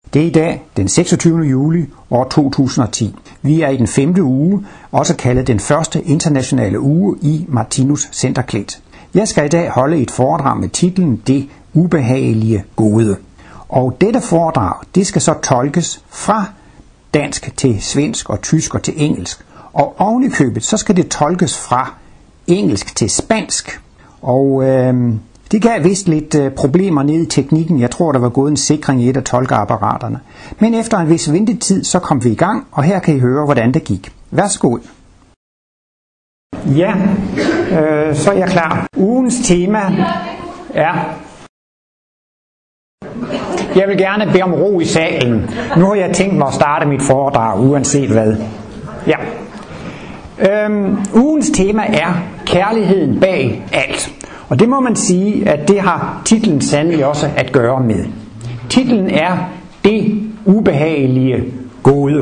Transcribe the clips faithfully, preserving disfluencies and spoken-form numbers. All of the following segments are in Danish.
Det er i dag den seksogtyvende juli år to tusind og ti. Vi er i den femte uge, også kaldet den første internationale uge i Martinus Centerklit. Jeg skal i dag holde et foredrag med titlen Det ubehagelige gode. Og dette foredrag, det skal så tolkes fra dansk til svensk og tysk og til engelsk. Og oven i købet, så skal det tolkes fra engelsk til spansk. Og øh, det gav vist lidt øh, problemer nede i teknikken. Jeg tror, der var gået en sikring i et af tolkeapparaterne. Men efter en vis ventetid, så kom vi i gang, og her kan I høre, hvordan det gik. Værsgo. Ja, øh, så er jeg klar. Ugens tema er... Jeg vil gerne bede om ro i salen. Nu har jeg tænkt mig at starte mit foredrag, uanset hvad. Ja. Øhm, ugens tema er kærligheden bag alt. Og det må man sige, at det har titlen sandelig også at gøre med. Titlen er Det ubehagelige gode.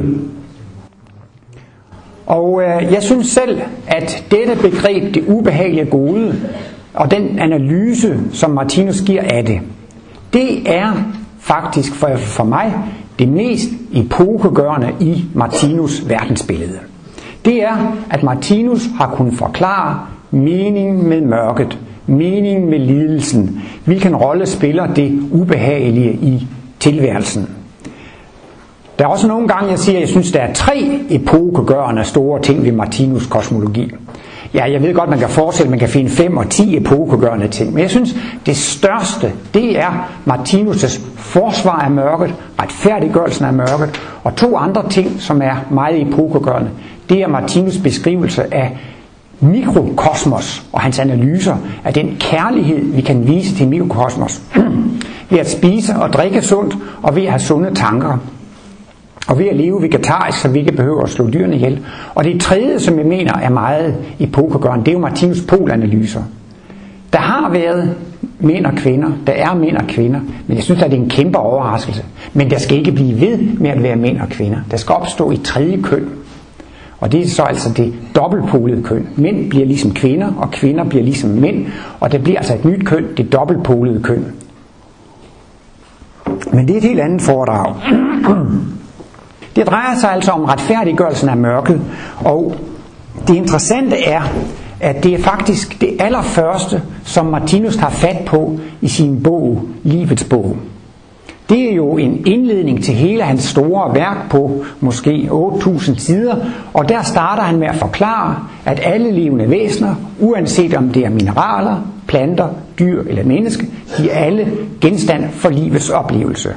Og øh, jeg synes selv, at dette begreb, det ubehagelige gode, og den analyse, som Martinus giver af det, det er faktisk for, for mig det mest epokegørende i Martinus' verdensbillede. Det er, at Martinus har kunnet forklare meningen med mørket, meningen med lidelsen, hvilken rolle spiller det ubehagelige i tilværelsen. Der er også nogle gange, jeg siger, at jeg synes, der er tre epokegørende store ting ved Martinus' kosmologi. Ja, jeg ved godt, man kan forestille, man kan finde fem og ti epokegørende ting, men jeg synes, det største, det er Martinus' forsvar af mørket, retfærdiggørelsen af mørket, og to andre ting, som er meget epokegørende, det er Martinus' beskrivelse af mikrokosmos og hans analyser af den kærlighed, vi kan vise til mikrokosmos ved at spise og drikke sundt og ved at have sunde tanker. Og ved at leve vegetarisk, så vi ikke behøver at slå dyrene ihjel. Og det tredje, som jeg mener er meget epokegørende, det er jo Martinus' polanalyser. Der har været mænd og kvinder, der er mænd og kvinder, men jeg synes, at det er en kæmpe overraskelse. Men der skal ikke blive ved med at være mænd og kvinder. Der skal opstå et tredje køn. Og det er så altså det dobbeltpolede køn. Mænd bliver ligesom kvinder, og kvinder bliver ligesom mænd. Og det bliver altså et nyt køn, det dobbeltpolede køn. Men det er et helt andet foredrag. Det drejer sig altså om retfærdiggørelsen af mørket, og det interessante er, at det er faktisk det allerførste, som Martinus har fat på i sin bog, Livets bog. Det er jo en indledning til hele hans store værk på måske otte tusind sider, og der starter han med at forklare, at alle levende væsener, uanset om det er mineraler, planter, dyr eller mennesker, de er alle genstand for livets oplevelse.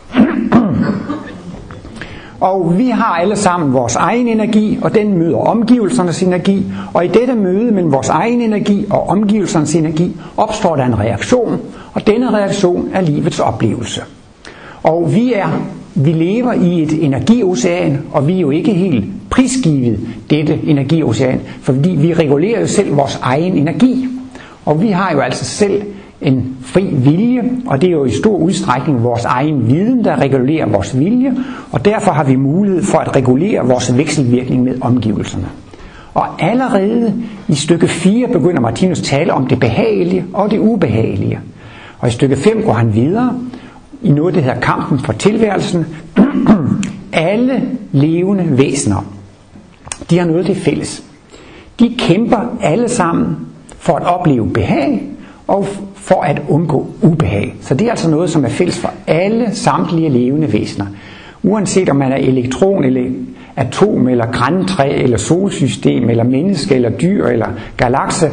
Og vi har alle sammen vores egen energi, og den møder omgivelsernes energi. Og i dette møde mellem vores egen energi og omgivelsernes energi opstår der en reaktion, og denne reaktion er livets oplevelse. Og vi er, vi lever i et energiocean, og vi er jo ikke helt prisgivet dette energiocean, fordi vi regulerer jo selv vores egen energi. Og vi har jo altså selv en fri vilje, og det er jo i stor udstrækning vores egen viden, der regulerer vores vilje, og derfor har vi mulighed for at regulere vores vekselvirkning med omgivelserne. Og allerede i stykke fire begynder Martinus at tale om det behagelige og det ubehagelige. Og i stykke fem går han videre i noget, der hedder kampen for tilværelsen. Alle levende væsener, de har noget til fælles. De kæmper alle sammen for at opleve behag, og for at undgå ubehag. Så det er altså noget, som er fælles for alle samtlige levende væsener. Uanset om man er elektron, eller atom, eller grantræ, eller solsystem, eller menneske, eller dyr, eller galakse.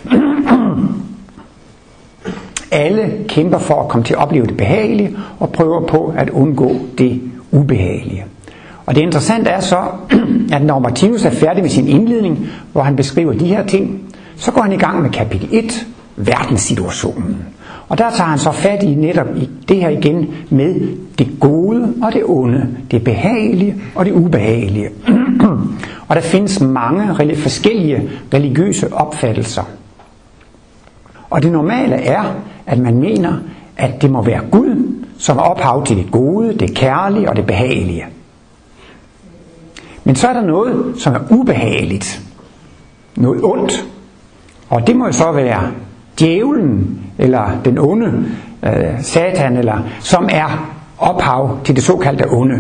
Alle kæmper for at komme til at opleve det behagelige, og prøver på at undgå det ubehagelige. Og det interessante er så, at når Martinus er færdig med sin indledning, hvor han beskriver de her ting, så går han i gang med kapitel et, verdenssituationen. Og der tager han så fat i netop i det her igen med det gode og det onde, det behagelige og det ubehagelige. Og der findes mange forskellige religiøse opfattelser. Og det normale er, at man mener, at det må være Gud, som er ophav til det gode, det kærlige og det behagelige. Men så er der noget, som er ubehageligt. Noget ondt. Og det må jo så være djævlen, eller den onde, øh, satan, eller, som er ophav til det såkaldte onde.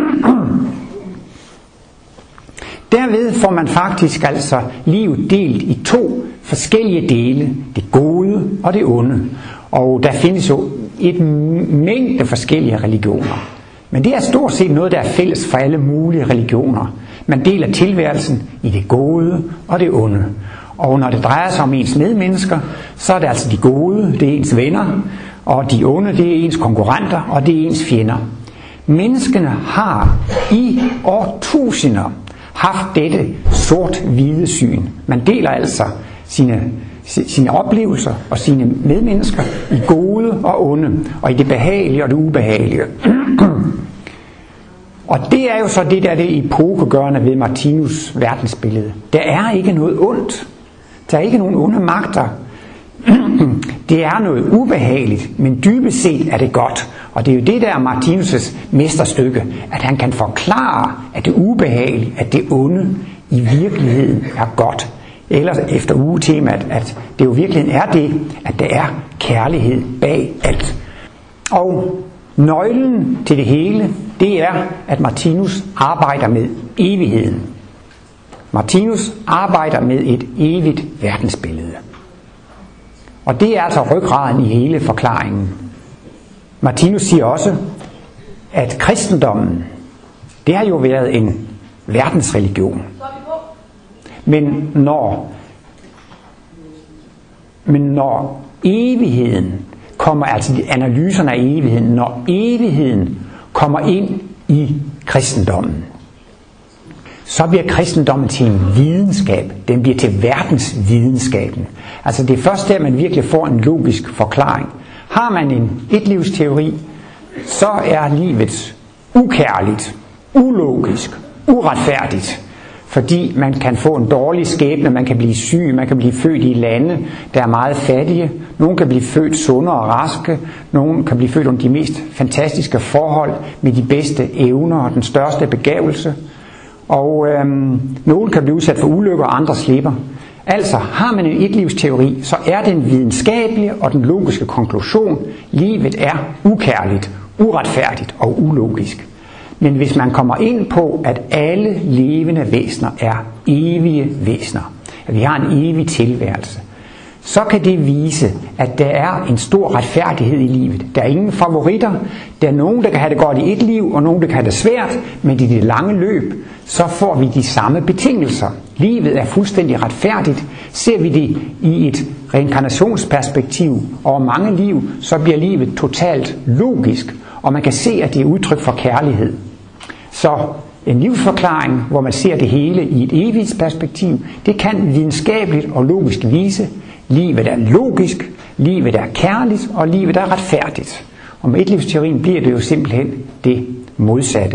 Derved får man faktisk altså livet delt i to forskellige dele, det gode og det onde. Og der findes jo et mængde forskellige religioner. Men det er stort set noget, der er fælles for alle mulige religioner. Man deler tilværelsen i det gode og det onde. Og når det drejer sig om ens medmennesker, så er det altså de gode, det er ens venner, og de onde, det er ens konkurrenter, og det er ens fjender. Menneskene har i årtusinder haft dette sort-hvide syn. Man deler altså sine, sine oplevelser og sine medmennesker i gode og onde, og i det behagelige og det ubehagelige. Og det er jo så det der det epokegørende ved Martinus verdensbillede. Der er ikke noget ondt. Der er ikke nogen onde magter. Det er noget ubehageligt, men dybest set er det godt. Og det er jo det, der er Martinus' mesterstykke, at han kan forklare, at det ubehagelige, at det onde i virkeligheden er godt. Ellers efter ugetemaet, at det jo virkeligheden er det, at der er kærlighed bag alt. Og nøglen til det hele, det er, at Martinus arbejder med evigheden. Martinus arbejder med et evigt verdensbillede. Og det er altså ryggraden i hele forklaringen. Martinus siger også, at kristendommen, det har jo været en verdensreligion. Men når, men når evigheden kommer, altså analyserne af evigheden, når evigheden kommer ind i kristendommen, så bliver kristendommen til en videnskab. Den bliver til verdensvidenskaben. Altså det er først der, man virkelig får en logisk forklaring. Har man en etlivsteori, så er livet ukærligt, ulogisk, uretfærdigt. Fordi man kan få en dårlig skæbne, man kan blive syg, man kan blive født i lande, der er meget fattige. Nogle kan blive født sunde og raske, nogle kan blive født under de mest fantastiske forhold, med de bedste evner og den største begavelse. Og øhm, nogle kan blive udsat for ulykker, og andre slipper. Altså har man en etlivsteori, så er den videnskabelige og den logiske konklusion, livet er ukærligt, uretfærdigt og ulogisk. Men hvis man kommer ind på, at alle levende væsener er evige væsener, at vi har en evig tilværelse, så kan det vise, at der er en stor retfærdighed i livet. Der er ingen favoritter. Der er nogen, der kan have det godt i et liv, og nogen, der kan have det svært, men i det lange løb, så får vi de samme betingelser. Livet er fuldstændig retfærdigt. Ser vi det i et reinkarnationsperspektiv over mange liv, så bliver livet totalt logisk, og man kan se, at det er udtryk for kærlighed. Så en livsforklaring, hvor man ser det hele i et evighedsperspektiv, det kan videnskabeligt og logisk vise, livet er logisk, livet er kærligt, og livet er retfærdigt. Og med etlivsteorien bliver det jo simpelthen det modsatte.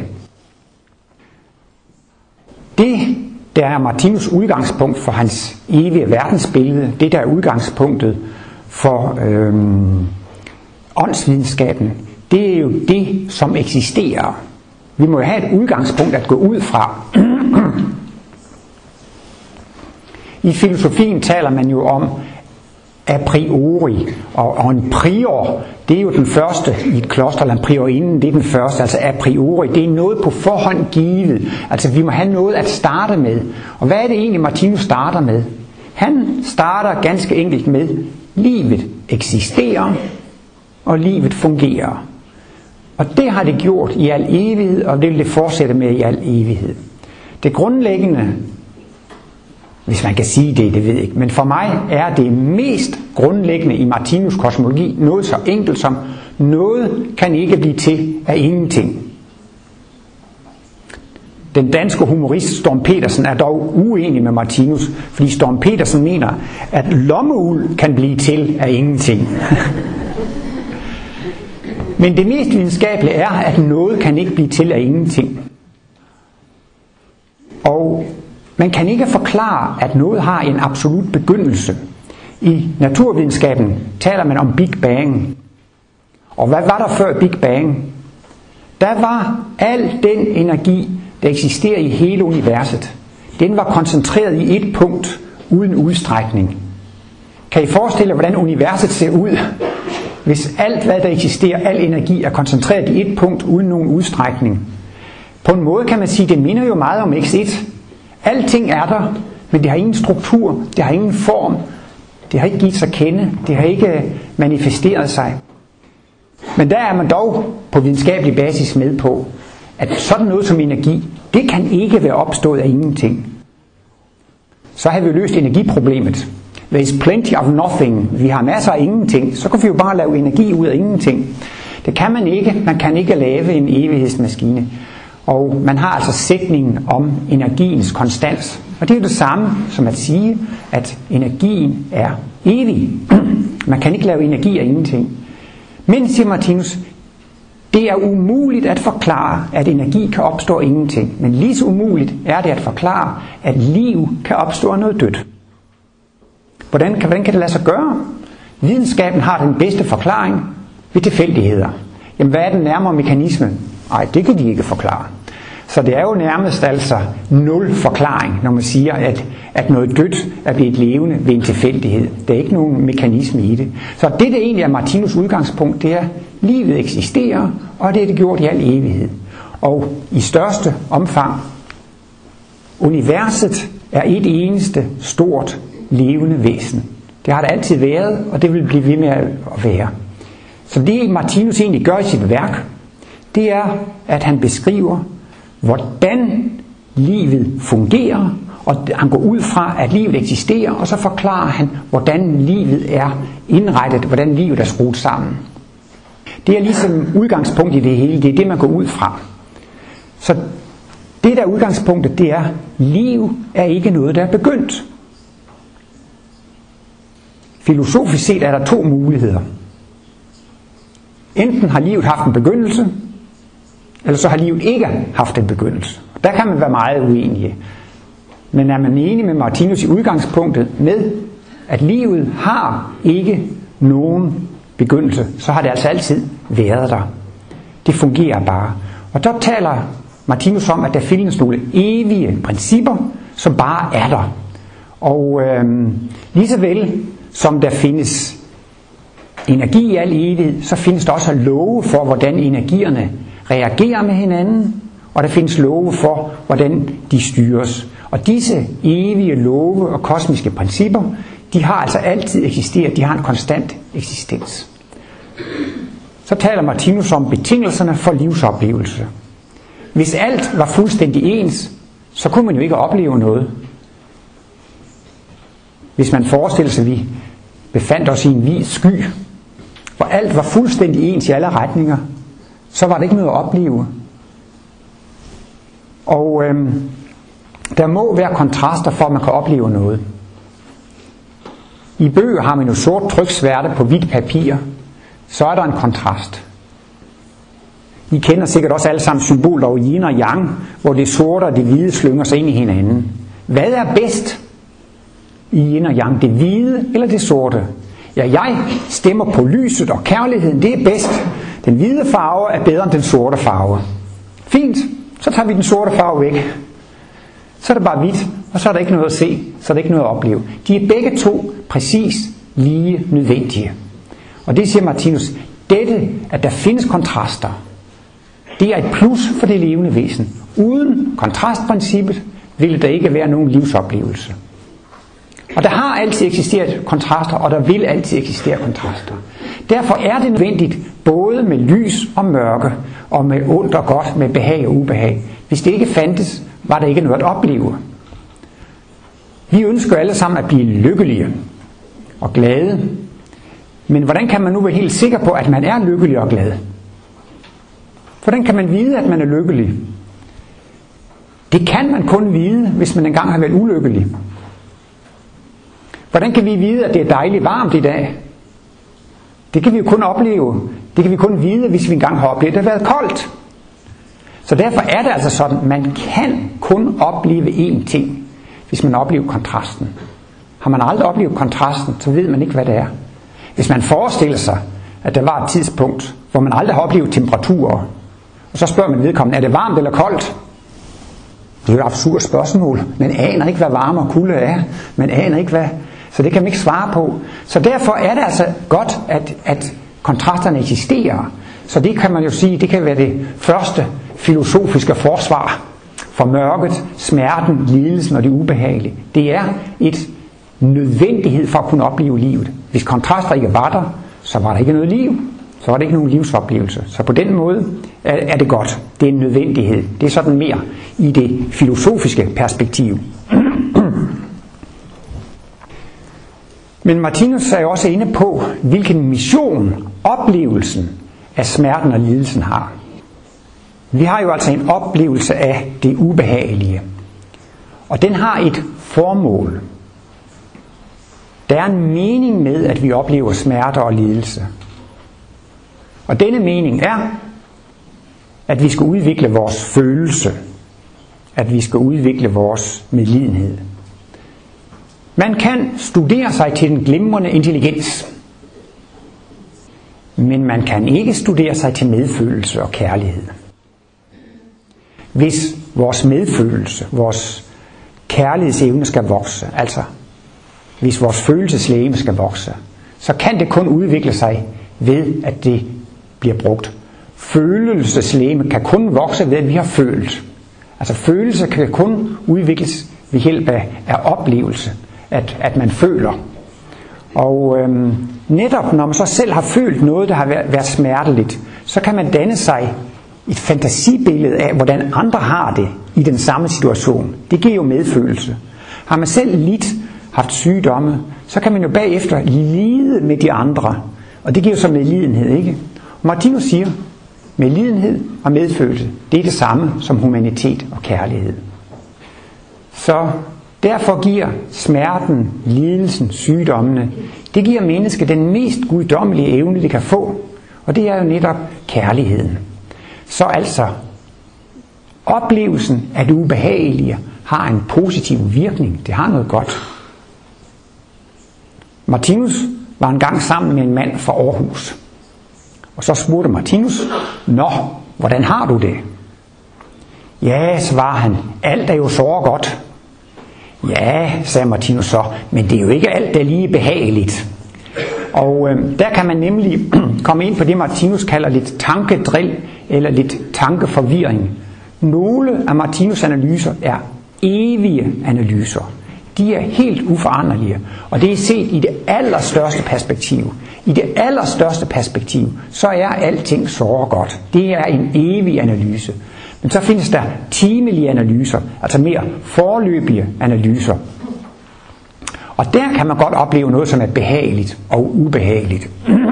Det, der er Martinus udgangspunkt for hans evige verdensbillede, det der er udgangspunktet for øhm, åndsvidenskaben, det er jo det, som eksisterer. Vi må jo have et udgangspunkt at gå ud fra. I filosofien taler man jo om a priori, og, og en prior, det er jo den første i et kloster, eller en priorinden, det er den første, altså a priori, det er noget på forhånd givet, altså vi må have noget at starte med. Og hvad er det egentlig Martinus starter med? Han starter ganske enkelt med, livet eksisterer, og livet fungerer. Og det har det gjort i al evighed, og det vil det fortsætte med i al evighed. Det grundlæggende, hvis man kan sige det, det ved jeg ikke, men for mig er det mest grundlæggende i Martinus kosmologi noget så enkelt som, noget kan ikke blive til af ingenting. Den danske humorist Storm Petersen er dog uenig med Martinus, fordi Storm Petersen mener, at lommeuld kan blive til af ingenting. Men det mest videnskabelige er, at noget kan ikke blive til af ingenting. Og man kan ikke forklare, at noget har en absolut begyndelse. I naturvidenskaben taler man om Big Bang. Og hvad var der før Big Bang? Der var al den energi, der eksisterer i hele universet. Den var koncentreret i et punkt, uden udstrækning. Kan I forestille jer, hvordan universet ser ud? hvis alt hvad der eksisterer, al energi er koncentreret i et punkt uden nogen udstrækning. På en måde kan man sige, det minder jo meget om X et. Alting er der, men det har ingen struktur, det har ingen form, det har ikke givet sig kende, det har ikke manifesteret sig. Men der er man dog på videnskabelig basis med på, at sådan noget som energi, det kan ikke være opstået af ingenting. Så har vi løst energiproblemet. There is plenty of nothing. Vi har masser af ingenting. Så kan vi jo bare lave energi ud af ingenting. Det kan man ikke. Man kan ikke lave en evighedsmaskine. Og man har altså sætningen om energiens konstans. Og det er jo det samme som at sige, at energien er evig. Man kan ikke lave energi af ingenting. Men, siger Martinus, det er umuligt at forklare, at energi kan opstå af ingenting. Men lige så umuligt er det at forklare, at liv kan opstå af noget dødt. Hvordan kan, hvordan kan det lade sig gøre? Videnskaben har den bedste forklaring ved tilfældigheder. Jamen, hvad er den nærmere mekanisme? Nej, det kan de ikke forklare. Så det er jo nærmest altså nul forklaring, når man siger, at, at noget dødt er blevet levende ved en tilfældighed. Der er ikke nogen mekanisme i det. Så det, der egentlig er Martinus' udgangspunkt, det er, at livet eksisterer, og det er det gjort i al evighed. Og i største omfang, universet er et eneste stort levende væsen. Det har det altid været, og det vil blive ved med at være. Så det Martinus egentlig gør i sit værk, det er, at han beskriver, hvordan livet fungerer, og han går ud fra, at livet eksisterer, og så forklarer han, hvordan livet er indrettet, hvordan livet er skruet sammen. Det er ligesom udgangspunkt i det hele, det er det, man går ud fra. Så det der udgangspunktet, det er, liv er ikke noget, der er begyndt. Filosofisk set er der to muligheder. Enten har livet haft en begyndelse, eller så har livet ikke haft en begyndelse. Der kan man være meget uenige. Men er man enig med Martinus i udgangspunktet med, at livet har ikke nogen begyndelse, så har det altså altid været der. Det fungerer bare. Og der taler Martinus om, at der findes nogle evige principper, som bare er der. Og øh, lige så vel som der findes energi i al evighed, så findes der også love for, hvordan energierne reagerer med hinanden, og der findes love for, hvordan de styres. Og disse evige love og kosmiske principper, de har altså altid eksisteret, de har en konstant eksistens. Så taler Martinus om betingelserne for livsoplevelse. Hvis alt var fuldstændig ens, så kunne man jo ikke opleve noget. Hvis man forestiller sig, at vi befandt os i en hvid sky, hvor alt var fuldstændig ens i alle retninger, så var det ikke noget at opleve. Og øhm, der må være kontraster for, at man kan opleve noget. I bøger har man jo sort tryksværte på hvidt papir, så er der en kontrast. I kender sikkert også alle sammen symboler over yin og yang, hvor det sorte og det hvide slynger sig ind i hinanden. Hvad er bedst i yin og yang, det hvide eller det sorte? Ja, jeg stemmer på lyset og kærligheden, det er bedst. Den hvide farve er bedre end den sorte farve. Fint, så tager vi den sorte farve væk. Så er det bare hvidt, og så er der ikke noget at se, så er der ikke noget at opleve. De er begge to præcis lige nødvendige. Og det siger Martinus, dette, at der findes kontraster, det er et plus for det levende væsen. Uden kontrastprincippet ville der ikke være nogen livsoplevelse. Og der har altid eksisteret kontraster, og der vil altid eksistere kontraster. Derfor er det nødvendigt både med lys og mørke, og med ondt og godt, med behag og ubehag. Hvis det ikke fandtes, var der ikke noget at opleve. Vi ønsker alle sammen at blive lykkelige og glade. Men hvordan kan man nu være helt sikker på, at man er lykkelig og glad? Hvordan kan man vide, at man er lykkelig? Det kan man kun vide, hvis man engang har været ulykkelig. Hvordan kan vi vide, at det er dejligt varmt i dag? Det kan vi jo kun opleve. Det kan vi kun vide, hvis vi engang har oplevet, at det har været koldt. Så derfor er det altså sådan, man kan kun opleve én ting, hvis man oplever kontrasten. Har man aldrig oplevet kontrasten, så ved man ikke, hvad det er. Hvis man forestiller sig, at der var et tidspunkt, hvor man aldrig har oplevet temperaturer, og så spørger man vedkommende, er det varmt eller koldt? Det er jo et absurd spørgsmål. Man aner ikke, hvad varme og kulde er. Man aner ikke, hvad... Så det kan man ikke svare på. Så derfor er det altså godt at, at kontrasterne eksisterer. Så det kan man jo sige, det kan være det første filosofiske forsvar for mørket, smerten, lidelsen og det ubehagelige. Det er et nødvendighed for at kunne opleve livet. Hvis kontraster ikke var der, så var der ikke noget liv. Så var det ikke nogen livsoplevelse. Så på den måde er det godt. Det er en nødvendighed. Det er sådan mere i det filosofiske perspektiv. Men Martinus er jo også inde på, hvilken mission oplevelsen af smerten og lidelsen har. Vi har jo altså en oplevelse af det ubehagelige. Og den har et formål. Der er en mening med, at vi oplever smerte og lidelse. Og denne mening er, at vi skal udvikle vores følelse. At vi skal udvikle vores medlidenhed. Man kan studere sig til den glimrende intelligens. Men man kan ikke studere sig til medfølelse og kærlighed. Hvis vores medfølelse, vores kærlighedsevne skal vokse, altså hvis vores følelseslegeme skal vokse, så kan det kun udvikle sig ved, at det bliver brugt. Følelseslegeme kan kun vokse ved, at vi har følt. Altså følelse kan kun udvikles ved hjælp af, af oplevelse, at, at man føler. Og øhm, netop når man så selv har følt noget, der har været, været smerteligt, så kan man danne sig et fantasibillede af, hvordan andre har det i den samme situation. Det giver jo medfølelse. Har man selv lidt haft sygdomme, så kan man jo bagefter lide med de andre. Og det giver jo så medlidenhed, ikke? Og Martinus siger, medlidenhed og medfølelse, det er det samme som humanitet og kærlighed. Så derfor giver smerten, lidelsen, sygdommene, det giver mennesket den mest guddommelige evne, det kan få. Og det er jo netop kærligheden. Så altså, oplevelsen af det ubehagelige har en positiv virkning. Det har noget godt. Martinus var engang sammen med en mand fra Aarhus. Og så spurgte Martinus, nå, hvordan har du det? Ja, svarede han, alt er jo så godt. Ja, sagde Martinus så, men det er jo ikke alt, der er lige behageligt. Og øh, der kan man nemlig komme ind på det, Martinus kalder lidt tankedrill, eller lidt tankeforvirring. Nogle af Martinus' analyser er evige analyser. De er helt uforanderlige, og det er set i det allerstørste perspektiv. I det allerstørste perspektiv, så er alting så godt. Det er en evig analyse. Men så findes der timelige analyser, altså mere forløbige analyser. Og der kan man godt opleve noget, som er behageligt og ubehageligt.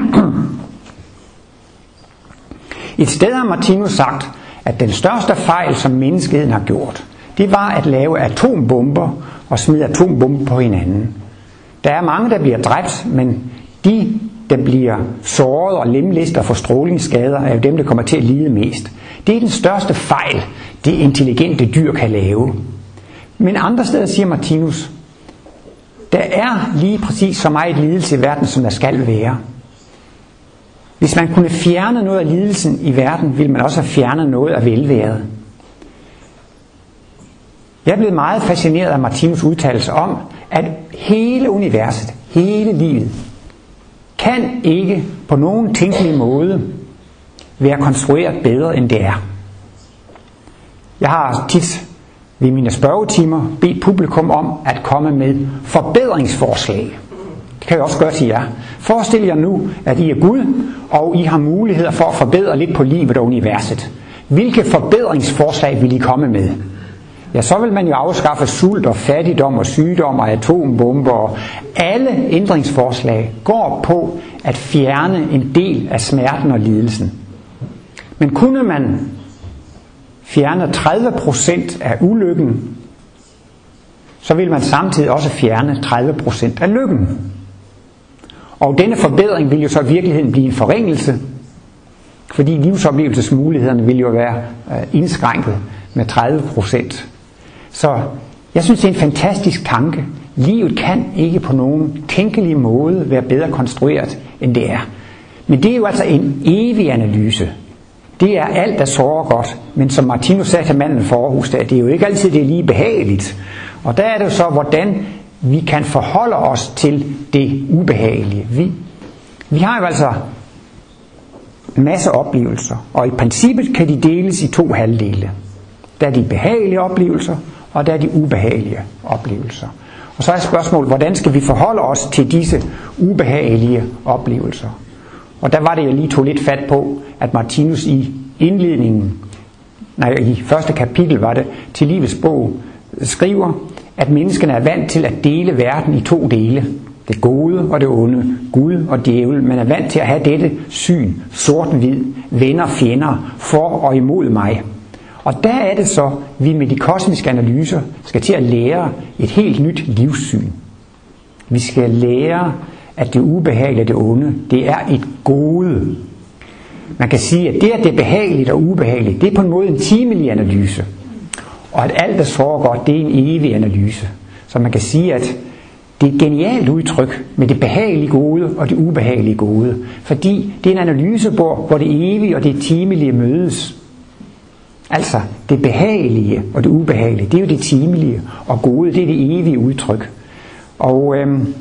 Et sted har Martinus sagt, at den største fejl, som menneskeheden har gjort, det var at lave atombomber og smide atombomber på hinanden. Der er mange, der bliver dræbt, men de, der bliver såret og lemlæstet og får strålingsskader, er jo dem, der kommer til at lide mest. Det er den største fejl, det intelligente dyr kan lave. Men andre steder siger Martinus, der er lige præcis så meget lidelse i verden, som der skal være. Hvis man kunne fjerne noget af lidelsen i verden, ville man også have fjernet noget af velværet. Jeg er blevet meget fascineret af Martinus' udtalelse om, at hele universet, hele livet, kan ikke på nogen tænkelig måde være konstrueret bedre, end det er. Jeg har tit ved mine spørgetimer bedt publikum om at komme med forbedringsforslag. Det kan jeg også gøre til jer. Forestil jer nu, at I er Gud, og I har muligheder for at forbedre lidt på livet og universet. Hvilke forbedringsforslag vil I komme med? Ja, så vil man jo afskaffe sult og fattigdom og sygdom og atombomber. Og alle ændringsforslag går på at fjerne en del af smerten og lidelsen. Men kunne man fjerne tredive procent af ulykken, så vil man samtidig også fjerne tredive procent af lykken. Og denne forbedring vil jo så i virkeligheden blive en forringelse, fordi livsoplevelsesmulighederne vil jo være indskrænket med tredive procent. Så jeg synes, det er en fantastisk tanke. Livet kan ikke på nogen tænkelig måde være bedre konstrueret, end det er. Men det er jo altså en evig analyse. Det er alt, der sårer godt. Men som Martinus sagde til manden for Aarhus, det er jo ikke altid det er lige behageligt. Og der er det jo så, hvordan vi kan forholde os til det ubehagelige. Vi, vi har jo altså en masse oplevelser, og i princippet kan de deles i to halvdele. Der er de behagelige oplevelser, og der er de ubehagelige oplevelser. Og så er spørgsmålet, hvordan skal vi forholde os til disse ubehagelige oplevelser? Og der var det, jeg lige tog lidt fat på, at Martinus i indledningen, nej, i første kapitel var det, til Livets bog, skriver, at menneskene er vant til at dele verden i to dele. Det gode og det onde, Gud og djævel. Man er vant til at have dette syn, sort-hvid, venner, fjender, for og imod mig. Og der er det så, vi med de kosmiske analyser skal til at lære et helt nyt livssyn. Vi skal lære, at det ubehagelige og det onde, det er et gode. Man kan sige, at det, at det er behageligt og ubehageligt, det er på en måde en timelig analyse. Og at alt, der foregår, det er en evig analyse. Så man kan sige, at det er et genialt udtryk med det behagelige gode og det ubehagelige gode. Fordi det er en analyse, hvor, hvor det evige og det timelige mødes. Altså, det behagelige og det ubehagelige, det er jo det timelige, og gode, det er det evige udtryk. Og øhm,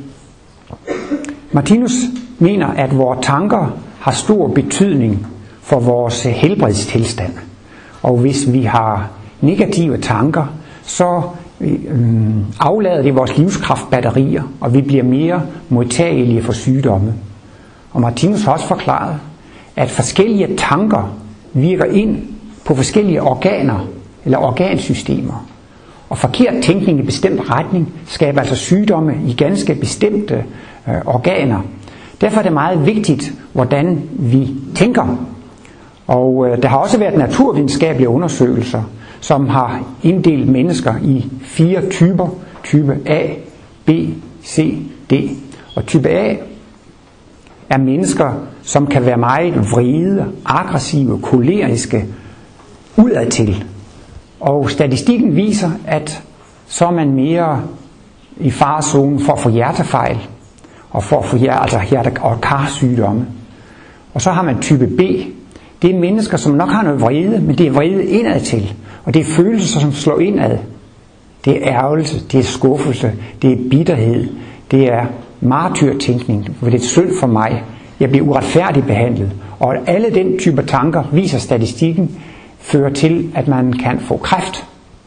Martinus mener, at vores tanker har stor betydning for vores helbredstilstand. Og hvis vi har negative tanker, så øhm, aflader det vores livskraftbatterier, og vi bliver mere modtagelige for sygdomme. Og Martinus har også forklaret, at forskellige tanker virker ind på forskellige organer eller organsystemer. Og forkert tænkning i bestemt retning skaber altså sygdomme i ganske bestemte øh, organer. Derfor er det meget vigtigt, hvordan vi tænker. Og øh, der har også været naturvidenskabelige undersøgelser, som har inddelt mennesker i fire typer. Type A, B, C, D. Og type A er mennesker, som kan være meget vrede, aggressive, koleriske, udadtil. Og statistikken viser, at så er man mere i farezonen for at få hjertefejl, og for at få hjerte, altså hjerte- og karsygdomme. Og så har man type B. Det er mennesker, som nok har noget vrede, men det er vrede indadtil. Og det er følelser, som slår indad. Det er ærgelse, det er skuffelse, det er bitterhed, det er martyrtænkning, for det er synd for mig, jeg bliver uretfærdigt behandlet. Og alle den type tanker, viser statistikken, fører til, at man kan få kræft.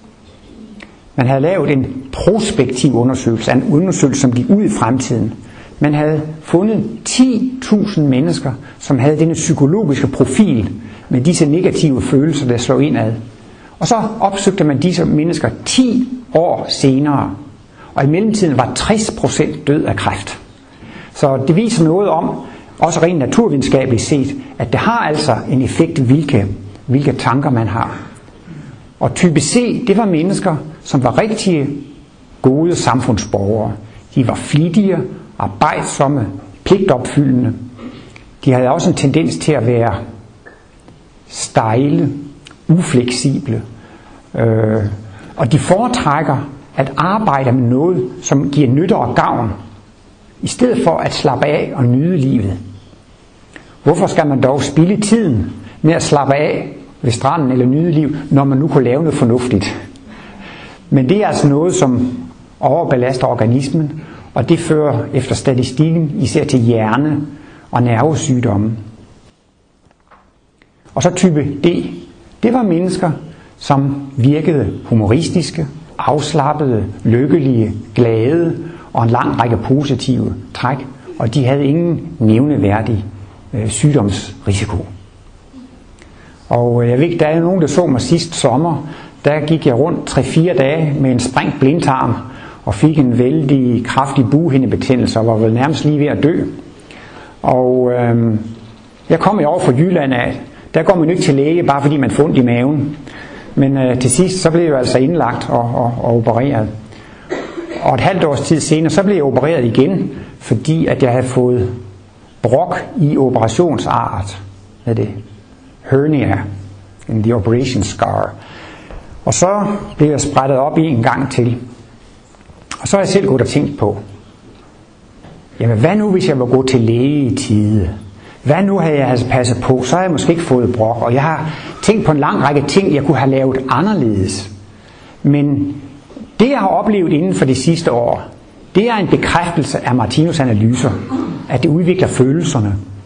Man havde lavet en prospektiv undersøgelse, en undersøgelse, som gik ud i fremtiden. Man havde fundet ti tusind mennesker, som havde denne psykologiske profil med disse negative følelser, der slår indad. Og så opsøgte man disse mennesker ti år senere, og i mellemtiden var tres procent død af kræft. Så det viser noget om, også rent naturvidenskabeligt set, at det har altså en effekt, hvilke, hvilke tanker man har. Og type C, det var mennesker, som var rigtig gode samfundsborgere. De var flittige, arbejdsomme, pligtopfyldende. De havde også en tendens til at være stejle, ufleksible. Øh, og de foretrækker at arbejde med noget, som giver nytte og gavn, i stedet for at slappe af og nyde livet. Hvorfor skal man dog spilde tiden med at slappe af ved stranden eller nyde liv, når man nu kunne lave noget fornuftigt? Men det er altså noget, som overbelaster organismen, og det fører efter statistikken især til hjerne- og nervesygdomme. Og så type D, det var mennesker, som virkede humoristiske, afslappede, lykkelige, glade og en lang række positive træk, og de havde ingen nævneværdig øh, sygdomsrisiko. Og jeg ved ikke, der er nogen, der så mig sidste sommer, der gik jeg rundt tre fire dage med en sprængt blindtarm og fik en vældig kraftig bughindebetændelse og var vel nærmest lige ved at dø. Og øh, jeg kom jo over fra Jylland af. Der går man ikke til læge, bare fordi man får ondt i maven. Men øh, til sidst, så blev jeg altså indlagt og, og, og opereret. Og et halvt års tid senere, så blev jeg opereret igen, fordi at jeg havde fået brok i operationsart. Hvad er det? Hernia in the operation scar. Og så blev jeg sprættet op i en gang til. Og så har jeg selv gået og tænkt på, jamen hvad nu hvis jeg var gået til læge i tide? Hvad nu havde jeg altså passet på? Så har jeg måske ikke fået brok. Og jeg har tænkt på en lang række ting, jeg kunne have lavet anderledes. Men det jeg har oplevet inden for det sidste år, det er en bekræftelse af Martinus' analyser, at det udvikler følelserne.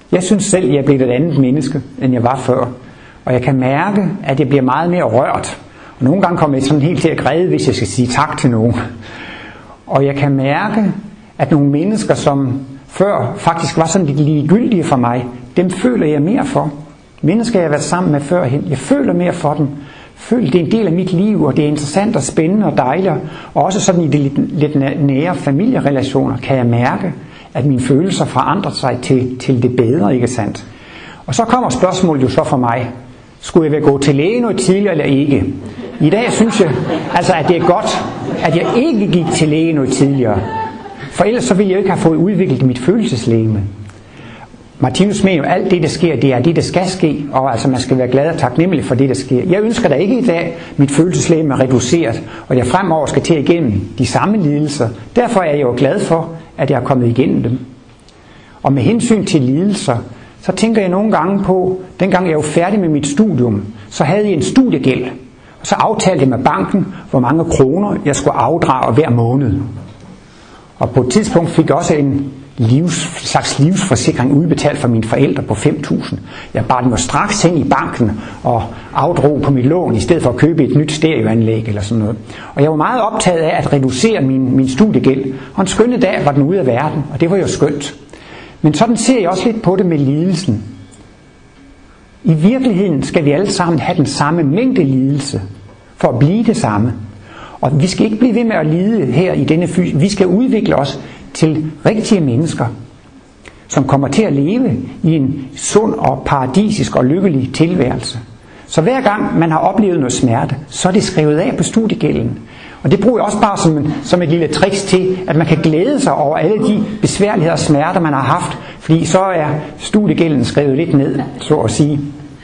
Jeg synes selv, at jeg er blevet et andet menneske, end jeg var før. Og jeg kan mærke, at jeg bliver meget mere rørt. Og nogle gange kommer jeg sådan helt til at græde, hvis jeg skal sige tak til nogen. Og jeg kan mærke, at nogle mennesker, som før faktisk var sådan lidt ligegyldige for mig, dem føler jeg mere for. Mennesker, jeg har været sammen med førhen, jeg føler mere for dem. Føler, det er en del af mit liv, og det er interessant og spændende og dejligt. Og også sådan i de lidt, lidt nære familierelationer kan jeg mærke, at mine følelser forandrer sig til, til det bedre, ikke sandt? Og så kommer spørgsmålet jo så for mig, skulle jeg vel gå til læge noget tidligere eller ikke? I dag synes jeg, altså, at det er godt, at jeg ikke gik til læge noget tidligere. For ellers så ville jeg ikke have fået udviklet mit følelseslegeme. Martinus mener jo, at alt det, der sker, det er det, der skal ske, og altså man skal være glad og taknemmelig for det, der sker. Jeg ønsker da ikke i dag, at mit følelseslegeme er reduceret, og jeg fremover skal til igennem de samme lidelser. Derfor er jeg jo glad for, at jeg er kommet igennem dem. Og med hensyn til lidelser, så tænker jeg nogle gange på, dengang jeg var færdig med mit studium, så havde jeg en studiegæld. Og så aftalte jeg med banken, hvor mange kroner jeg skulle afdrage hver måned. Og på et tidspunkt fik jeg også en livs, slags livsforsikring udbetalt fra mine forældre på fem tusind. Jeg bar den jo straks hen i banken og afdrog på mit lån, i stedet for at købe et nyt stereoanlæg eller sådan noget. Og jeg var meget optaget af at reducere min, min studiegæld. Og en skønne dag var den ude af verden, og det var jo skønt. Men sådan ser jeg også lidt på det med lidelsen. I virkeligheden skal vi alle sammen have den samme mængde lidelse, for at blive det samme. Og vi skal ikke blive ved med at lide her i denne fys. Vi skal udvikle os til rigtige mennesker, som kommer til at leve i en sund og paradisisk og lykkelig tilværelse. Så hver gang man har oplevet noget smerte, så er det skrevet af på studiegælden. Og det bruger jeg også bare som, en, som et lille tricks til, at man kan glæde sig over alle de besværligheder og smerter, man har haft, fordi så er studiegælden skrevet lidt ned, så at sige.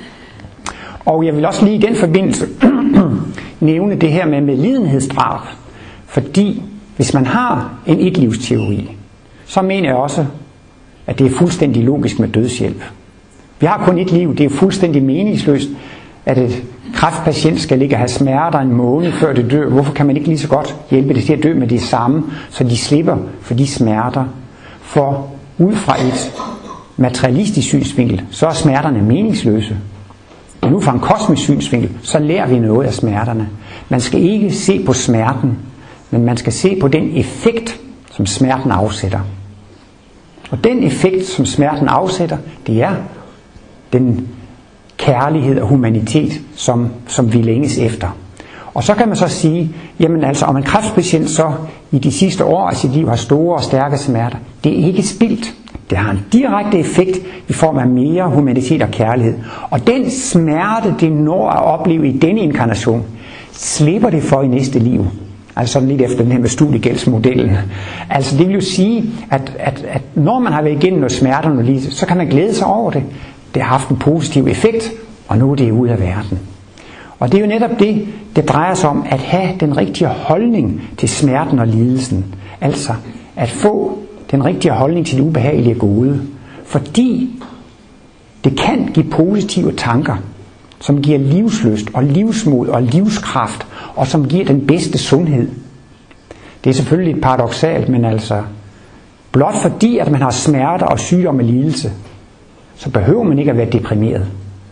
Og jeg vil også lige i den forbindelse nævne det her med medlidenhedsdrab, fordi hvis man har en etlivsteori, så mener jeg også, at det er fuldstændig logisk med dødshjælp. Vi har kun et liv, det er fuldstændig meningsløst, at et kræftpatient skal ligge og have smerter en måned før det dør. Hvorfor kan man ikke lige så godt hjælpe det til at dø med det samme, så de slipper for de smerter? For ud fra et materialistisk synsvinkel, så er smerterne meningsløse. Og nu fra en kosmisk synsvinkel, så lærer vi noget af smerterne. Man skal ikke se på smerten, men man skal se på den effekt, som smerten afsætter. Og den effekt, som smerten afsætter, det er den kærlighed og humanitet, som, som vi længes efter. Og så kan man så sige, jamen altså, om en kræftpatient så i de sidste år af sit liv har store og stærke smerter, det er ikke spildt. Det har en direkte effekt i form af mere humanitet og kærlighed. Og den smerte, det når at opleve i denne inkarnation, slipper det for i næste liv. Altså sådan lidt efter den her med studiegældsmodellen. Altså det vil jo sige, at, at, at når man har været igennem noget smerte, noget lidelse, så kan man glæde sig over det. Det har haft en positiv effekt, og nu er det ude af verden. Og det er jo netop det, det drejer sig om, at have den rigtige holdning til smerten og lidelsen. Altså at få den rigtige holdning til det ubehagelige gode. Fordi det kan give positive tanker, som giver livslyst og livsmod og livskraft, og som giver den bedste sundhed. Det er selvfølgelig lidt paradoksalt, men altså, blot fordi at man har smerter og sygdom og lidelse, så behøver man ikke at være deprimeret.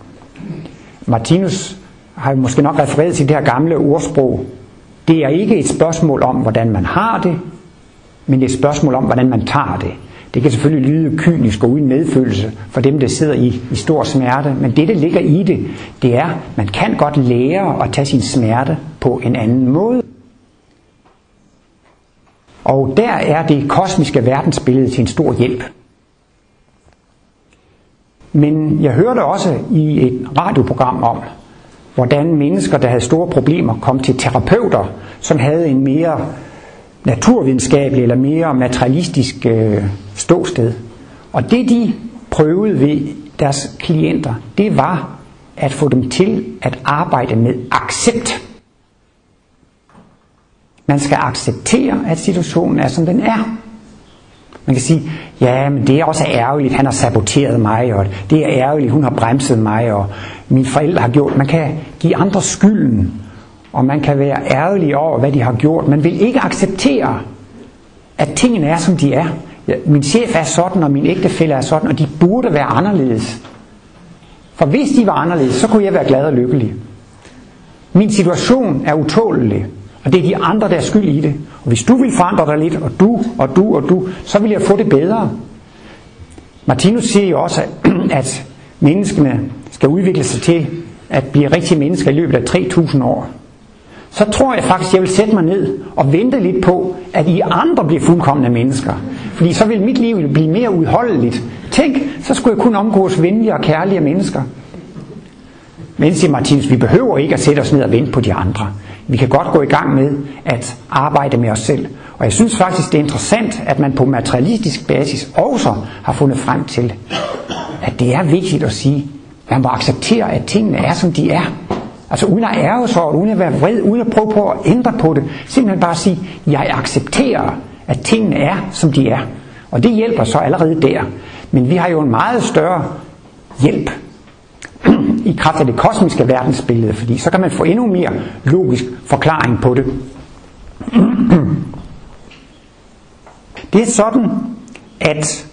Martinus har jo måske nok refereret til det her gamle ordsprog. Det er ikke et spørgsmål om, hvordan man har det, men det er et spørgsmål om, hvordan man tager det. Det kan selvfølgelig lyde kynisk og uden medfølelse for dem, der sidder i, i stor smerte, men det, der ligger i det, det er, man kan godt lære at tage sin smerte på en anden måde. Og der er det kosmiske verdensbillede til en stor hjælp. Men jeg hørte også i et radioprogram om, hvordan mennesker, der havde store problemer, kom til terapeuter, som havde en mere naturvidenskabelig eller mere materialistisk øh, ståsted. Og det de prøvede ved deres klienter, det var at få dem til at arbejde med accept. Man skal acceptere, at situationen er, som den er. Man kan sige, ja, men det er også ærgerligt, han har saboteret mig, og det er ærgerligt, hun har bremset mig, og mine forældre har gjort. Man kan give andre skylden, og man kan være ærgerlig over, hvad de har gjort. Man vil ikke acceptere, at tingene er, som de er. ja, min chef er sådan, og min ægtefælle er sådan, og de burde være anderledes. For hvis de var anderledes, så kunne jeg være glad og lykkelig. Min situation er utålelig, og det er de andre, der er skyld i det. Og hvis du vil forandre dig lidt, og du, og du, og du, så vil jeg få det bedre. Martinus siger jo også, at menneskene skal udvikle sig til at blive rigtige mennesker i løbet af tre tusind år. Så tror jeg faktisk, at jeg vil sætte mig ned og vente lidt på, at I andre bliver fuldkomne mennesker. Fordi så vil mit liv blive mere udholdeligt. Tænk, så skulle jeg kun omgås venlige og kærlige mennesker. Men siger Martinus, vi behøver ikke at sætte os ned og vente på de andre. Vi kan godt gå i gang med at arbejde med os selv. Og jeg synes faktisk, det er interessant, at man på materialistisk basis også har fundet frem til, at det er vigtigt at sige, at man må acceptere, at tingene er, som de er. Altså uden at ærge sig, uden at være vred, uden at prøve på at ændre på det. Simpelthen bare sige, jeg accepterer, at tingene er, som de er. Og det hjælper så allerede der. Men vi har jo en meget større hjælp i kraft af det kosmiske verdensbillede, fordi så kan man få endnu mere logisk forklaring på det. Det er sådan, at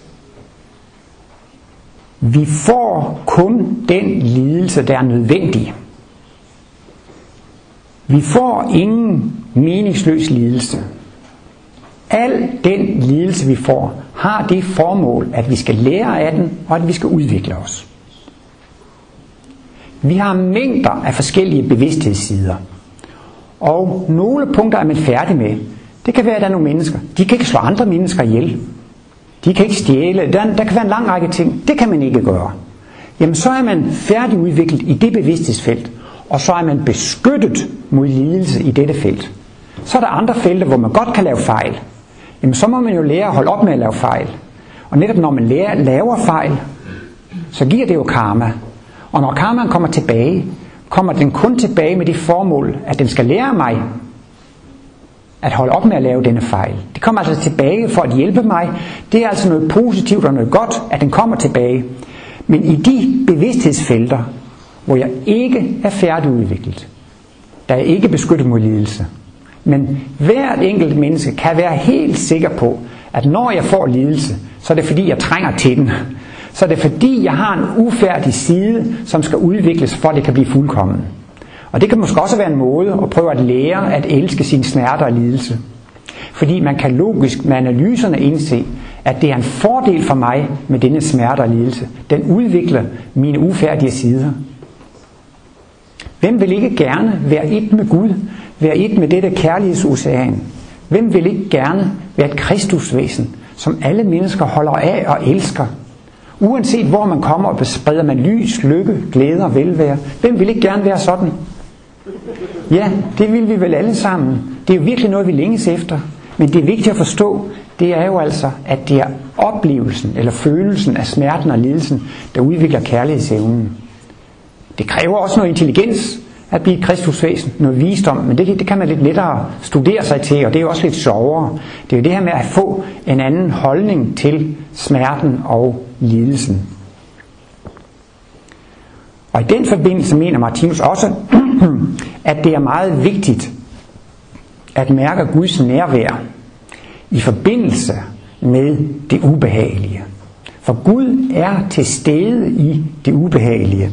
vi får kun den lidelse, der er nødvendig. Vi får ingen meningsløs lidelse. Al den lidelse, vi får, har det formål, at vi skal lære af den, og at vi skal udvikle os. Vi har mængder af forskellige bevidsthedssider. Og nogle punkter er man færdig med. Det kan være, at der er nogle mennesker. De kan ikke slå andre mennesker ihjel. De kan ikke stjæle. Der, der kan være en lang række ting. Det kan man ikke gøre. Jamen så er man færdigudviklet i det bevidsthedsfelt. Og så er man beskyttet mod lidelse i dette felt. Så er der andre felter, hvor man godt kan lave fejl. Jamen så må man jo lære at holde op med at lave fejl. Og netop når man lærer, laver fejl, så giver det jo karma. Og når karmaen kommer tilbage, kommer den kun tilbage med det formål, at den skal lære mig at holde op med at lave denne fejl. Det kommer altså tilbage for at hjælpe mig. Det er altså noget positivt og noget godt, at den kommer tilbage. Men i de bevidsthedsfelter, hvor jeg ikke er færdigudviklet, der er ikke beskyttet mod lidelse. Men hvert enkelt menneske kan være helt sikker på, at når jeg får lidelse, så er det fordi, jeg trænger til den. Så er det fordi, jeg har en ufærdig side, som skal udvikles, for at det kan blive fuldkommen. Og det kan måske også være en måde at prøve at lære at elske sine smerter og lidelse. Fordi man kan logisk med analyserne indse, at det er en fordel for mig med denne smerte og lidelse. Den udvikler mine ufærdige sider. Hvem vil ikke gerne være et med Gud? Være et med dette kærlighedsocean? Hvem vil ikke gerne være et kristusvæsen, som alle mennesker holder af og elsker? Uanset hvor man kommer og bespreder man lys, lykke, glæde og velvære. Hvem vil ikke gerne være sådan? Ja, det vil vi vel alle sammen. Det er jo virkelig noget, vi længes efter. Men det er vigtigt at forstå, det er jo altså, at det er oplevelsen eller følelsen af smerten og lidelsen, der udvikler kærlighedsevnen. Det kræver også noget intelligens at blive et kristusvæsen, noget visdom, men det, det kan man lidt lettere studere sig til, og det er jo også lidt sjovere. Det er jo det her med at få en anden holdning til smerten og lidelsen. Og i den forbindelse mener Martinus også, at det er meget vigtigt at mærke Guds nærvær i forbindelse med det ubehagelige. For Gud er til stede i det ubehagelige.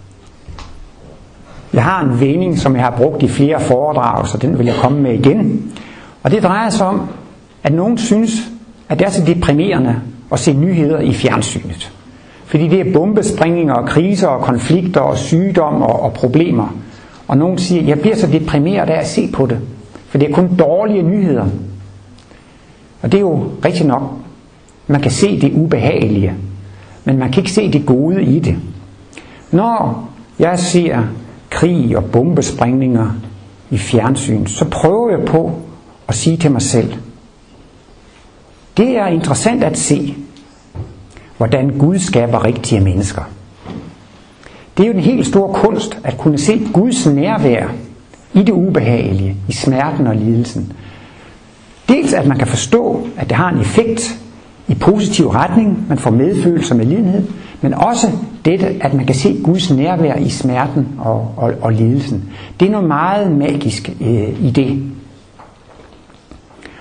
Jeg har en vending, som jeg har brugt i flere foredrag, så den vil jeg komme med igen. Og det drejer sig om, at nogen synes, at det er så deprimerende at se nyheder i fjernsynet. Fordi det er bombesprængninger og kriser og konflikter og sygdom og, og problemer. Og nogen siger, at jeg bliver så deprimeret af at se på det. For det er kun dårlige nyheder. Og det er jo rigtigt nok. Man kan se det ubehagelige, men man kan ikke se det gode i det. Når jeg ser krig og bombesprængninger i fjernsyn, så prøver jeg på at sige til mig selv, det er interessant at se, hvordan Gud skaber rigtige mennesker. Det er jo en helt stor kunst at kunne se Guds nærvær i det ubehagelige, i smerten og lidelsen. Dels at man kan forstå, at det har en effekt i positiv retning, man får medfølelse med lidenhed, men også dette, at man kan se Guds nærvær i smerten og, og, og lidelsen. Det er noget meget magisk øh, i det.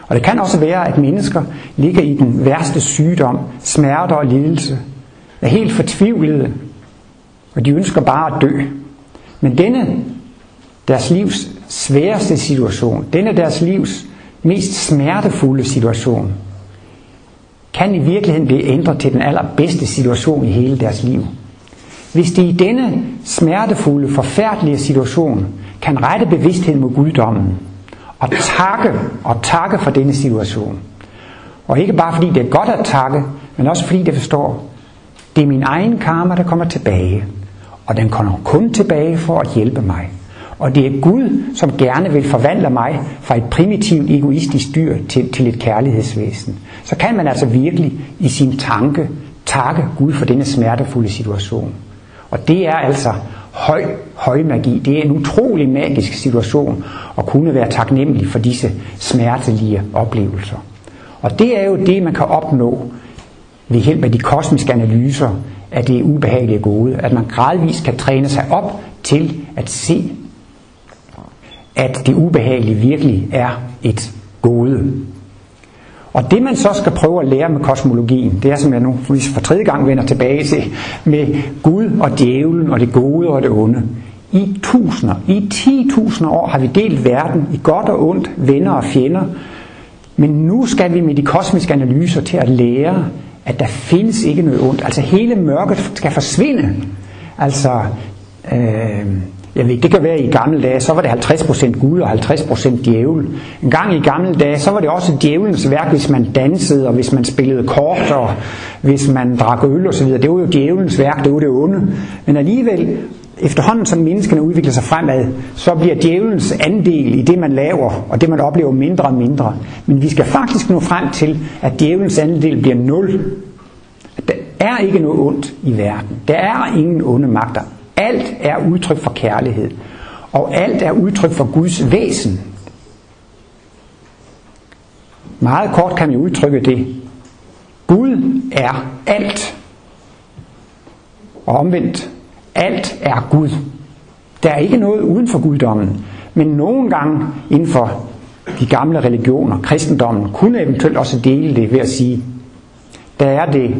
Og det kan også være, at mennesker ligger i den værste sygdom, smerter og lidelse, er helt fortvivlede, og de ønsker bare at dø. Men denne deres livs sværeste situation, denne deres livs mest smertefulde situation, kan i virkeligheden blive ændret til den allerbedste situation i hele deres liv. Hvis de i denne smertefulde, forfærdelige situation kan rette bevidstheden mod guddommen og takke og takke for denne situation. Og ikke bare fordi det er godt at takke, men også fordi det forstår, det er min egen karma, der kommer tilbage. Og den kommer kun tilbage for at hjælpe mig. Og det er Gud, som gerne vil forvandle mig fra et primitivt, egoistisk dyr til, til et kærlighedsvæsen. Så kan man altså virkelig i sin tanke takke Gud for denne smertefulde situation. Og det er altså høj, høj magi. Det er en utrolig magisk situation at kunne være taknemmelig for disse smertelige oplevelser. Og det er jo det, man kan opnå ved hjælp af de kosmiske analyser af det ubehagelige gode. At man gradvist kan træne sig op til at se, at det ubehagelige virkelig er et gode. Og det man så skal prøve at lære med kosmologien, det er, som jeg nu for tredje gang vender tilbage til, med Gud og djævlen og det gode og det onde. I tusinder, i ti tusinder år har vi delt verden i godt og ondt, venner og fjender. Men nu skal vi med de kosmiske analyser til at lære, at der findes ikke noget ondt. Altså hele mørket skal forsvinde. Altså, øh, jeg ved, det kan være i gamle dage, så var det halvtreds procent Gud og halvtreds procent djævel. En gang i gamle dage, så var det også djævelens værk, hvis man dansede, og hvis man spillede kort, og hvis man drak øl og så videre. Det var jo djævelens værk, det var det onde. Men alligevel, efterhånden som menneskene udvikler sig fremad, så bliver djævelens andel i det, man laver, og det, man oplever, mindre og mindre. Men vi skal faktisk nå frem til, at djævelens andel bliver nul. Der er ikke noget ondt i verden. Der er ingen onde magter. Alt er udtryk for kærlighed, og alt er udtryk for Guds væsen. Meget kort kan man udtrykke det. Gud er alt, og omvendt. Alt er Gud. Der er ikke noget uden for guddommen, men nogle gange inden for de gamle religioner, kristendommen, kunne eventuelt også dele det ved at sige, der er det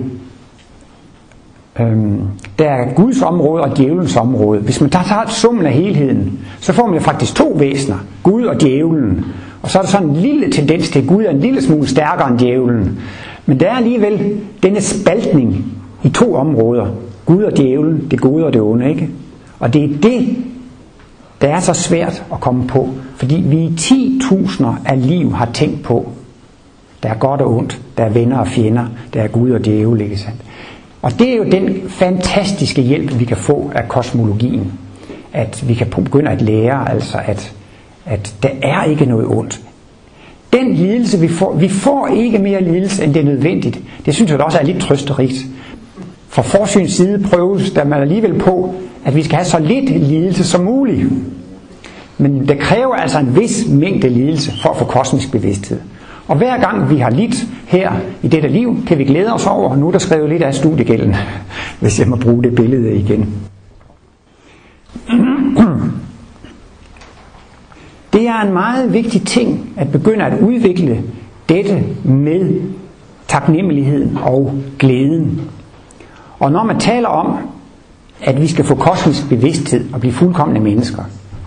øhm, der er Guds område og djævelens område. Hvis man tager summen af helheden, så får man jo faktisk to væsener, Gud og djævelen. Og så er der sådan en lille tendens til, at Gud er en lille smule stærkere end djævelen. Men der er alligevel denne spaltning i to områder. Gud og djævlen, det gode og det onde, ikke? Og det er det, der er så svært at komme på. Fordi vi i ti tusinder af liv har tænkt på, der er godt og ondt, der er venner og fjender, der er Gud og djævel, ikke sandt? Og det er jo den fantastiske hjælp, vi kan få af kosmologien. At vi kan begynde at lære, altså at, at der er ikke noget ondt. Den lidelse, vi får, vi får ikke mere lidelse, end det er nødvendigt. Det synes jeg også er lidt trøsterigt. Fra forsyns side prøves der man alligevel på, at vi skal have så lidt lidelse som muligt. Men det kræver altså en vis mængde lidelse for at få kosmisk bevidsthed. Og hver gang vi har lidt her i dette liv, kan vi glæde os over, og nu er der skrevet lidt af studiegælden, hvis jeg må bruge det billede igen. Det er en meget vigtig ting at begynde at udvikle dette med taknemmeligheden og glæden. Og når man taler om, at vi skal få kosmisk bevidsthed og blive fuldkomne mennesker,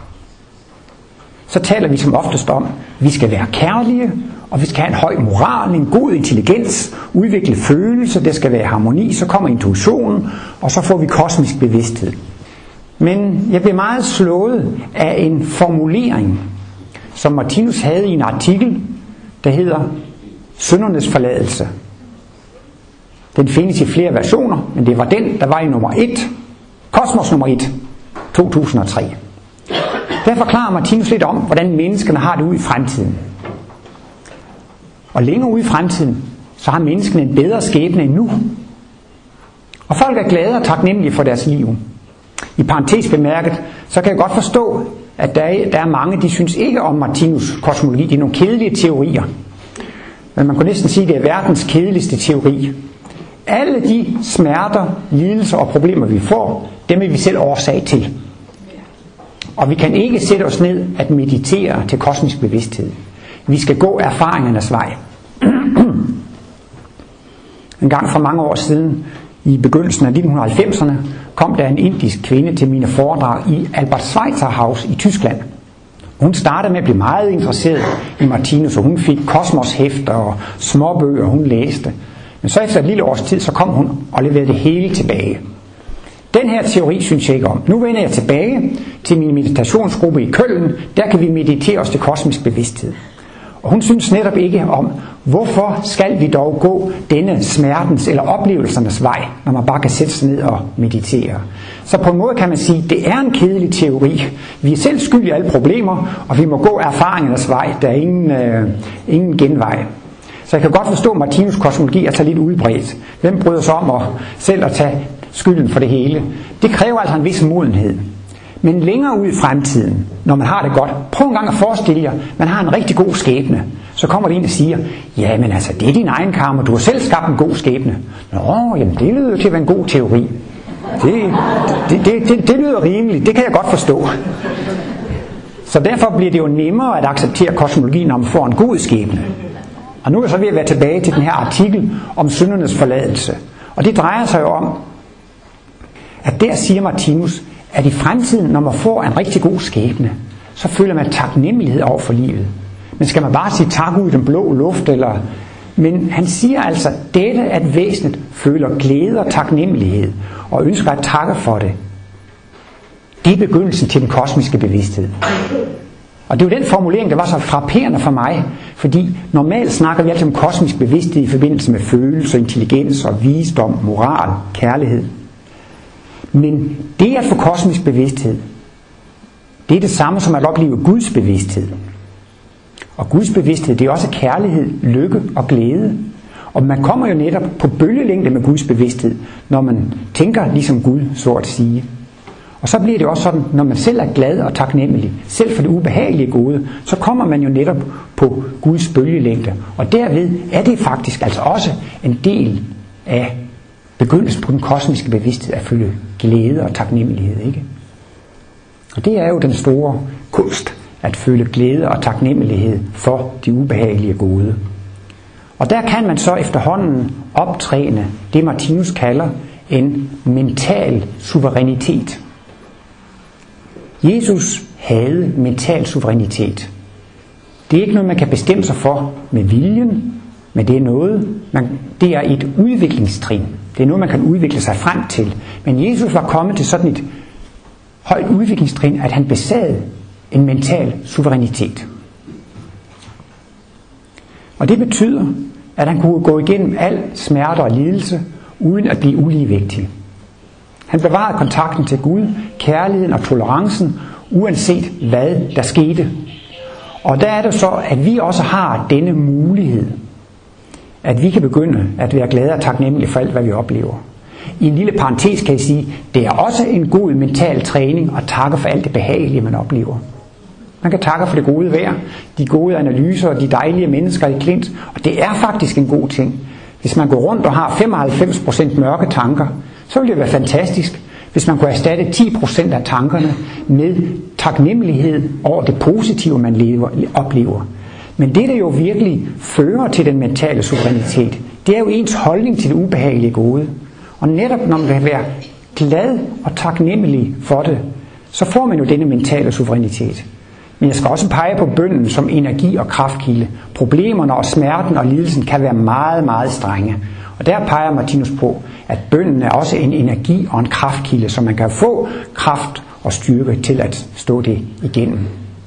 så taler vi som oftest om, at vi skal være kærlige, og vi skal have en høj moral, en god intelligens, udvikle følelser, der skal være harmoni, så kommer intuitionen, og så får vi kosmisk bevidsthed. Men jeg blev meget slået af en formulering, som Martinus havde i en artikel, der hedder syndernes forladelse. Den findes i flere versioner, men det var den, der var i nummer et. Kosmos nummer et, to tusind og tre. Der forklarer Martinus lidt om, hvordan menneskene har det ud i fremtiden. Og længere ude i fremtiden, så har menneskene en bedre skæbne end nu. Og folk er glade og taknemmelige for deres liv. I parentes bemærket, så kan jeg godt forstå, at der er, der er mange, de synes ikke om Martinus kosmologi. Det er nogle kedelige teorier. Men man kunne næsten sige, at det er verdens kedeligste teori. Alle de smerter, lidelser og problemer, vi får, dem er vi selv årsag til. Og vi kan ikke sætte os ned at meditere til kosmisk bevidsthed. Vi skal gå erfaringernes vej. En gang for mange år siden, i begyndelsen af nitten halvfemserne, kom der en indisk kvinde til mine foredrag i Albert Schweitzer House i Tyskland. Hun startede med at blive meget interesseret i Martinus, og hun fik kosmoshæfter og småbøger, hun læste. Men så efter et lille års tid, så kom hun og leverede det hele tilbage. Den her teori synes jeg ikke om. Nu vender jeg tilbage til min meditationsgruppe i Køln. Der kan vi meditere os til kosmisk bevidsthed. Og hun synes netop ikke om, hvorfor skal vi dog gå denne smertens eller oplevelsernes vej, når man bare kan sætte sig ned og meditere. Så på en måde kan man sige, at det er en kedelig teori. Vi er selv skyld i alle problemer, og vi må gå erfaringernes vej. Der er ingen, øh, ingen genvej. Så jeg kan godt forstå, at Martinus kosmologi er så lidt udbredt. Hvem bryder sig om at selv at tage skylden for det hele? Det kræver altså en vis modenhed. Men længere ud i fremtiden, når man har det godt, prøv en gang at forestille jer, man har en rigtig god skæbne. Så kommer det en og siger, ja, men altså, det er din egen karma, du har selv skabt en god skæbne. Nå, jamen det lyder til at være en god teori. Det, det, det, det, det lyder rimeligt, det kan jeg godt forstå. Så derfor bliver det jo nemmere at acceptere kosmologien, når man får en god skæbne. Og nu er jeg så ved at være tilbage til den her artikel om syndernes forladelse. Og det drejer sig jo om, at der siger Martinus, at i fremtiden, når man får en rigtig god skæbne, så føler man taknemmelighed over for livet. Men skal man bare sige tak ud i den blå luft? Eller... Men han siger altså, at dette at væsenet føler glæde og taknemmelighed, og ønsker at takke for det. Det er begyndelsen til den kosmiske bevidsthed. Og det er jo den formulering, der var så frapperende for mig, fordi normalt snakker vi altid om kosmisk bevidsthed i forbindelse med følelser, intelligens og visdom, moral, kærlighed. Men det at få kosmisk bevidsthed, det er det samme som at opleve Guds bevidsthed. Og Guds bevidsthed, det er også kærlighed, lykke og glæde. Og man kommer jo netop på bølgelængde med Guds bevidsthed, når man tænker ligesom Gud, så at sige. Og så bliver det også sådan, når man selv er glad og taknemmelig, selv for det ubehagelige gode, så kommer man jo netop på Guds bølgelængde. Og derved er det faktisk altså også en del af begyndelsen på den kosmiske bevidsthed at føle glæde og taknemmelighed, ikke? Og det er jo den store kunst, at føle glæde og taknemmelighed for de ubehagelige gode. Og der kan man så efterhånden optræne det, Martinus kalder en mental suverænitet. Jesus havde mental suverænitet. Det er ikke noget, man kan bestemme sig for med viljen, men det er noget, man, det er et udviklingstrin. Det er noget, man kan udvikle sig frem til. Men Jesus var kommet til sådan et højt udviklingstrin, at han besad en mental suverænitet. Og det betyder, at han kunne gå igennem al smerte og lidelse, uden at blive uligevægtig. Han bevarede kontakten til Gud, kærligheden og tolerancen, uanset hvad der skete. Og der er det så, at vi også har denne mulighed, at vi kan begynde at være glade og taknemmelige for alt, hvad vi oplever. I en lille parentes kan jeg sige, det er også en god mental træning at takke for alt det behagelige, man oplever. Man kan takke for det gode vejr, de gode analyser og de dejlige mennesker i Klint, og det er faktisk en god ting. Hvis man går rundt og har femoghalvfems procent mørke tanker, så ville det være fantastisk, hvis man kunne erstatte ti procent af tankerne med taknemmelighed over det positive, man lever, oplever. Men det, der jo virkelig fører til den mentale suverænitet, det er jo ens holdning til det ubehagelige gode. Og netop når man kan være glad og taknemmelig for det, så får man jo denne mentale suverænitet. Men jeg skal også pege på bønnen som energi og kraftkilde. Problemerne og smerten og lidelsen kan være meget, meget strenge. Og der peger Martinus på, at bønnen er også en energi og en kraftkilde, så man kan få kraft og styrke til at stå det igennem.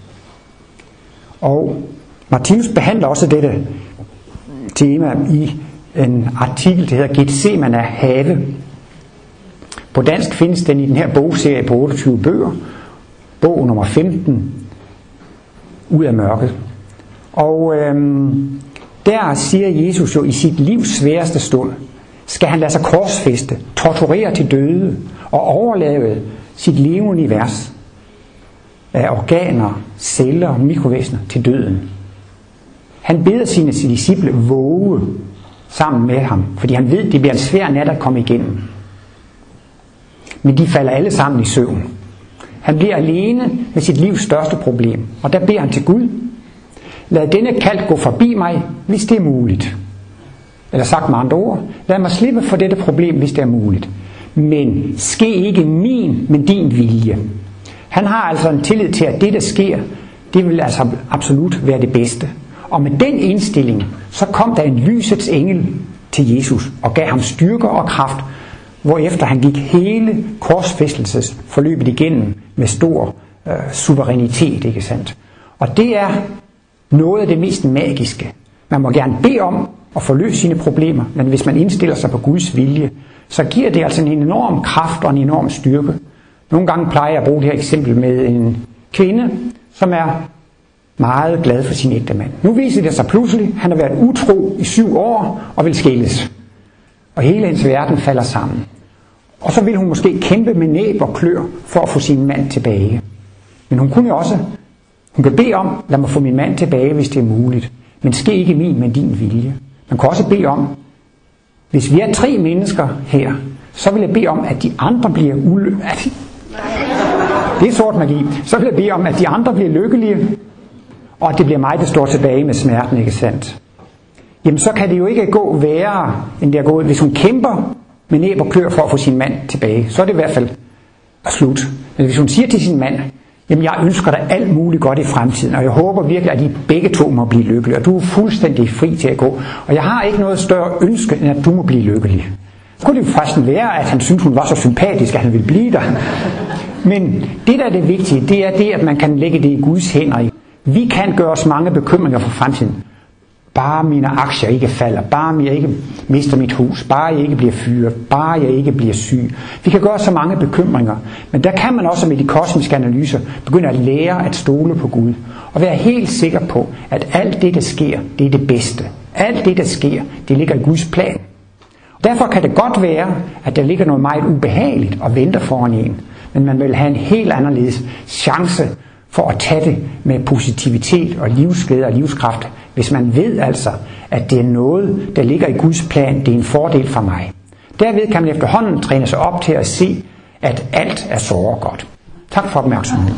Og Martinus behandler også dette tema i en artikel, der hedder Getsemane have. På dansk findes den i den her bogserie på otteogtyve bøger. Bog nummer femten, Ud af mørket. Og øhm, der siger Jesus jo i sit livs sværeste stund, skal han lade sig korsfæste, torturere til døde og overlade sit levende univers af organer, celler og mikrovæsener til døden. Han beder sine disciple våge sammen med ham, fordi han ved, det bliver en svær nat at komme igennem. Men de falder alle sammen i søvn. Han bliver alene med sit livs største problem, og der beder han til Gud. Lad denne kalk gå forbi mig, hvis det er muligt. Eller sagt med andre ord, lad mig slippe for dette problem, hvis det er muligt. Men ske ikke min, men din vilje. Han har altså en tillid til, at det, der sker, det vil altså absolut være det bedste. Og med den indstilling, så kom der en lysets engel til Jesus og gav ham styrke og kraft, hvorefter han gik hele korsfæstelsesforløbet igennem med stor øh, suverænitet, ikke sandt? Og det er noget af det mest magiske. Man må gerne bede om at få løst sine problemer, men hvis man indstiller sig på Guds vilje, så giver det altså en enorm kraft og en enorm styrke. Nogle gange plejer jeg at bruge det her eksempel med en kvinde, som er meget glad for sin ægtemand. Nu viser det sig pludselig, at han har været utro i syv år og vil skilles. Og hele hendes verden falder sammen. Og så vil hun måske kæmpe med næb og klør for at få sin mand tilbage. Men hun kunne også, hun kan bede om, lad mig få min mand tilbage, hvis det er muligt. Men ske ikke min, men din vilje. Man kan også bede om, hvis vi er tre mennesker her, så vil jeg bede om, at de andre bliver ulykkelige. Det er sort magi. Så vil jeg bede om, at de andre bliver lykkelige, og at det bliver mig, der står tilbage med smerten, ikke sandt? Jamen så kan det jo ikke gå værre, end det er gået. Hvis hun kæmper med næb og klør for at få sin mand tilbage, så er det i hvert fald slut. Men hvis hun siger til sin mand, jamen jeg ønsker dig alt muligt godt i fremtiden, og jeg håber virkelig, at I begge to må blive lykkelige, og du er fuldstændig fri til at gå. Og jeg har ikke noget større ønske, end at du må blive lykkelig. Så kunne det jo faktisk være, at han syntes, hun var så sympatisk, at han ville blive der. Men det, der er det vigtige, det er det, at man kan lægge det i Guds hænder. Vi kan gøre os mange bekymringer for fremtiden. Bare mine aktier ikke falder, bare jeg ikke mister mit hus, bare jeg ikke bliver fyret, bare jeg ikke bliver syg. Vi kan gøre så mange bekymringer, men der kan man også med de kosmiske analyser begynde at lære at stole på Gud. Og være helt sikker på, at alt det, der sker, det er det bedste. Alt det, der sker, det ligger i Guds plan. Derfor kan det godt være, at der ligger noget meget ubehageligt og venter foran en. Men man vil have en helt anderledes chance for at tage det med positivitet og livsglæde og livskraft, hvis man ved altså, at det er noget, der ligger i Guds plan, det er en fordel for mig. Derved kan man efterhånden træne sig op til at se, at alt er så godt. Tak for opmærksomheden.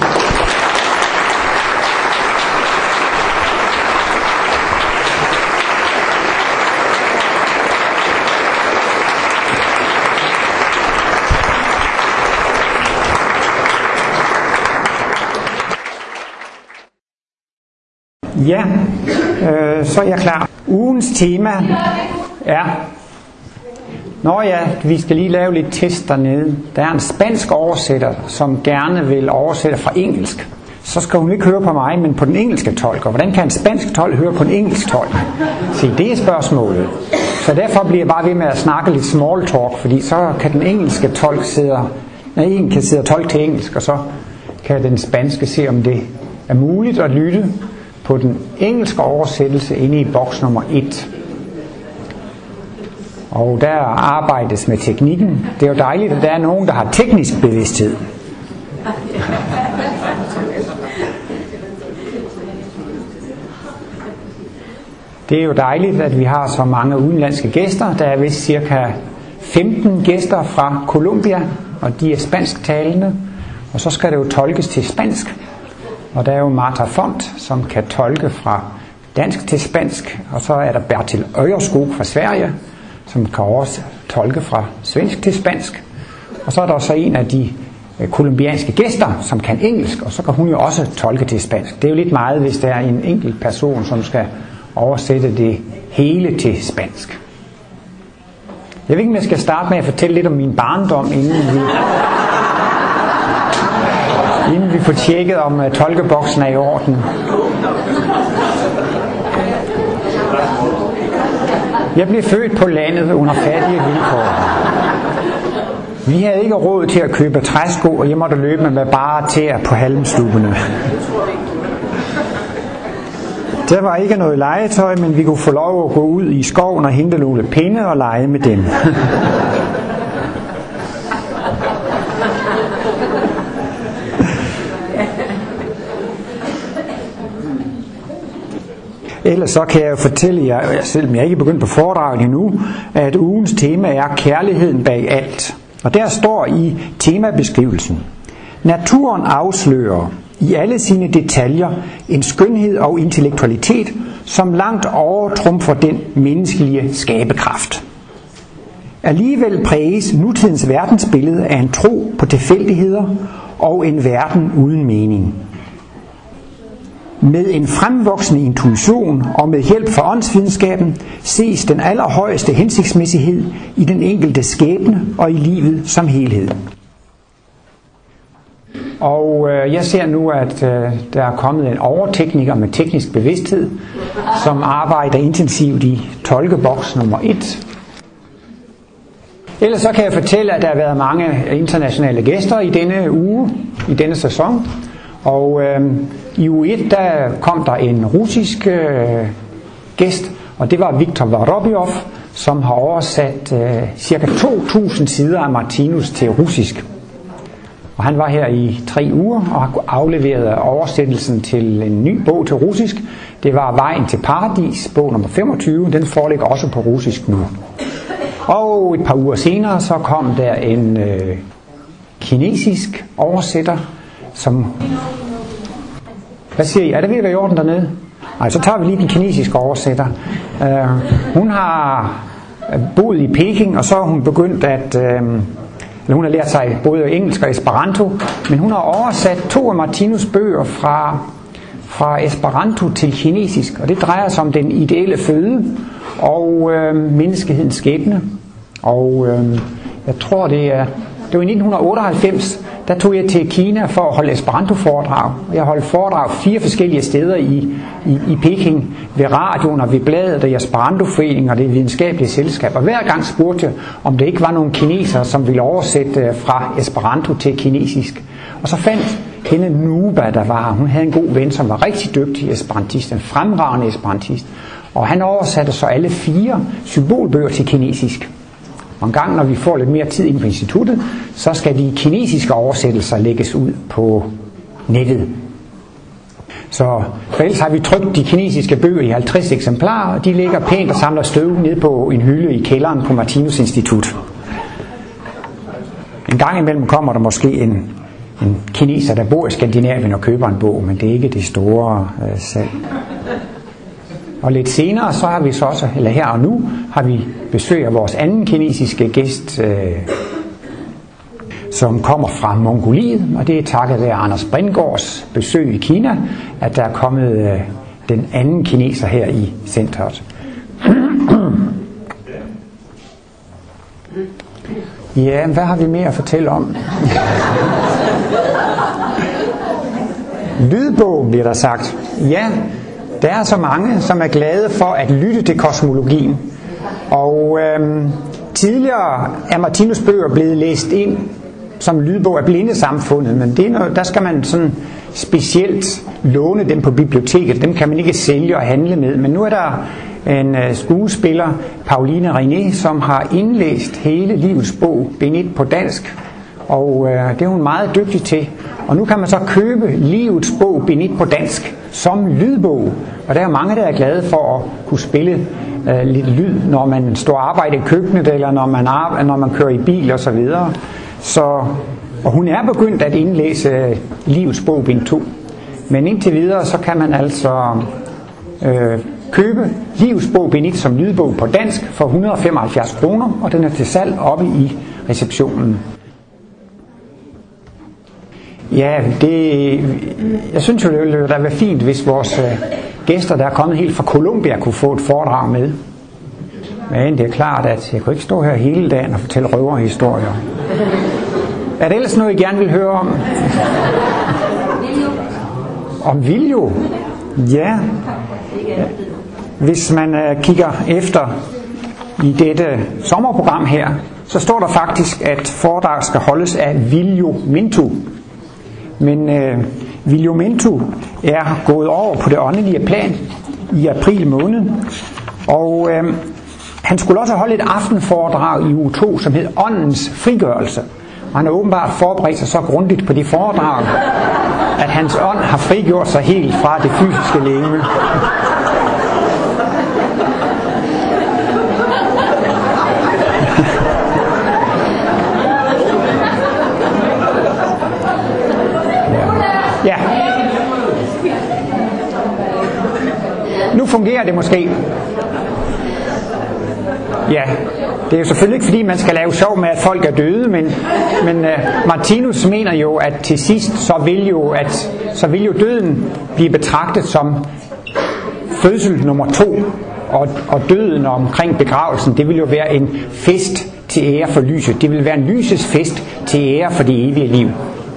Ja, øh, så er jeg klar. Ugens tema er... Nå ja, vi skal lige lave lidt test dernede. Der er en spansk oversætter, som gerne vil oversætte fra engelsk. Så skal hun ikke høre på mig, men på den engelske tolk. Og hvordan kan en spansk tolk høre på en engelsk tolk? Se, det er spørgsmålet. Så derfor bliver jeg bare ved med at snakke lidt small talk, fordi så kan den engelske tolk sidde... Nej, en kan sidde og tolke til engelsk, og så kan den spanske se, om det er muligt at lytte på den engelske oversættelse inde i boks nummer et. Og der arbejdes med teknikken. Det er jo dejligt, at der er nogen, der har teknisk bevidsthed. Det er jo dejligt, at vi har så mange udenlandske gæster. Der er vist cirka femten gæster fra Colombia, og de er spansktalende. Og så skal det jo tolkes til spansk. Og der er jo Martha Font, som kan tolke fra dansk til spansk. Og så er der Bertil Øjerskog fra Sverige, som kan også tolke fra svensk til spansk. Og så er der så en af de kolumbianske gæster, som kan engelsk, og så kan hun jo også tolke til spansk. Det er jo lidt meget, hvis der er en enkelt person, som skal oversætte det hele til spansk. Jeg ved ikke, om jeg skal starte med at fortælle lidt om min barndom, inden vi... inden vi får tjekket, om uh, tolkeboksen er i orden. Jeg blev født på landet under fattige vilkår. Vi havde ikke råd til at købe træsko, og jeg måtte løbe med bare tæer på halmstubene. Der var ikke noget legetøj, men vi kunne få lov at gå ud i skoven og hente nogle pinde og lege med dem. Ellers så kan jeg jo fortælle jer, selvom jeg ikke er begyndt på foredraget endnu, at ugens tema er kærligheden bag alt. Og der står i temabeskrivelsen: naturen afslører i alle sine detaljer en skønhed og intellektualitet, som langt overtrumfer den menneskelige skabekraft. Alligevel præges nutidens verdensbillede af en tro på tilfældigheder og en verden uden mening. Med en fremvoksende intuition og med hjælp fra åndsvidenskaben ses den allerhøjeste hensigtsmæssighed i den enkelte skæbne og i livet som helhed. Og øh, jeg ser nu, at øh, der er kommet en overtekniker med teknisk bevidsthed, som arbejder intensivt i tolkeboks nummer et. Ellers så kan jeg fortælle, at der har været mange internationale gæster i denne uge, i denne sæson. Og øh, i uge et, der kom der en russisk øh, gæst, og det var Viktor Vorobyov, som har oversat øh, cirka to tusind sider af Martinus til russisk. Og han var her i tre uger og har afleveret oversættelsen til en ny bog til russisk. Det var Vejen til Paradis, bog nummer femogtyve. Den foreligger også på russisk nu. Og et par uger senere så kom der en øh, kinesisk oversætter, som... Hvad siger I? Er det ved at være i orden dernede? Nej, så tager vi lige den kinesiske oversætter. Uh, hun har boet i Peking, og så har hun begyndt at... Uh, eller hun har lært sig både engelsk og esperanto, men hun har oversat to af Martinus bøger fra, fra esperanto til kinesisk, og det drejer sig om den ideelle føde og øh, menneskehedens skæbne. Og øh, jeg tror det er, det var i nitten otteoghalvfems, der tog jeg til Kina for at holde esperanto-foredrag. Jeg holdt foredrag fire forskellige steder i, i, i Peking, ved radioen og ved bladet og i Esperanto-foreningen og det videnskabelige selskab. Og hver gang spurgte jeg, om det ikke var nogle kinesere, som ville oversætte fra esperanto til kinesisk. Og så fandt hende Nuba, der var her. Hun havde en god ven, som var rigtig dygtig esperantist, en fremragende esperantist. Og han oversatte så alle fire symbolbøger til kinesisk. Og en gang, når vi får lidt mere tid inde på instituttet, så skal de kinesiske oversættelser lægges ud på nettet. Så for ellers har vi trykt de kinesiske bøger i halvtreds eksemplarer, og de ligger pænt og samler støv ned på en hylde i kælderen på Martinus Institut. En gang imellem kommer der måske en, en kineser, der bor i Skandinavien og køber en bog, men det er ikke det store øh, salg. Og lidt senere, så har vi så også, eller her og nu, har vi besøg af vores anden kinesiske gæst, øh, som kommer fra Mongoliet, og det er takket være Anders Bringaards besøg i Kina, at der er kommet øh, den anden kineser her i centret. Ja, hvad har vi mere at fortælle om? Lydbog, bliver der sagt. Ja, der er så mange, som er glade for at lytte til kosmologien. Og øhm, tidligere er Martinus bøger blevet læst ind som lydbog af Blindesamfundet, men det er noget, der skal man sådan specielt låne dem på biblioteket. Dem kan man ikke sælge og handle med. Men nu er der en uh, skuespiller, Pauline René, som har indlæst hele livets bog, bind et på dansk. Og uh, det er hun meget dygtig til. Og nu kan man så købe livets bog, bind et på dansk, som lydbog. Og der er mange, der er glade for at kunne spille uh, lidt lyd, når man står og arbejder i køkkenet, eller når man, arbejder, når man kører i bil og så videre. Så, og hun er begyndt at indlæse uh, livets bog, bind to. Men indtil videre, så kan man altså øh, købe livets bog, bind et som lydbog på dansk for et hundrede og femoghalvfjerds kroner, og den er til salg oppe i receptionen. Ja, det, jeg synes jo, det ville da være fint, hvis vores øh, gæster, der er kommet helt fra Colombia, kunne få et foredrag med. Men det er klart, at jeg kunne ikke stå her hele dagen og fortælle røverhistorier. Er det ellers noget, I gerne vil høre om? Om Viljo? Ja. Hvis man øh, kigger efter i dette sommerprogram her, så står der faktisk, at foredrag skal holdes af Viljo Mintu. Men øh, Viljo Mintu er gået over på det åndelige plan i april måned, og øh, han skulle også holde et aftenforedrag i uge to, som hed Åndens Frigørelse. Og han har åbenbart forberedt sig så grundigt på det foredrag, at hans ånd har frigjort sig helt fra det fysiske legeme. Ja. nu fungerer det måske. Ja, det er jo selvfølgelig ikke fordi man skal lave sjov med at folk er døde, men, men uh, Martinus mener jo at til sidst så vil jo, at, så vil jo døden blive betragtet som fødsel nummer to, og, og døden omkring begravelsen, det vil jo være en fest til ære for lyset. Det vil være en lysets fest til ære for det evige liv.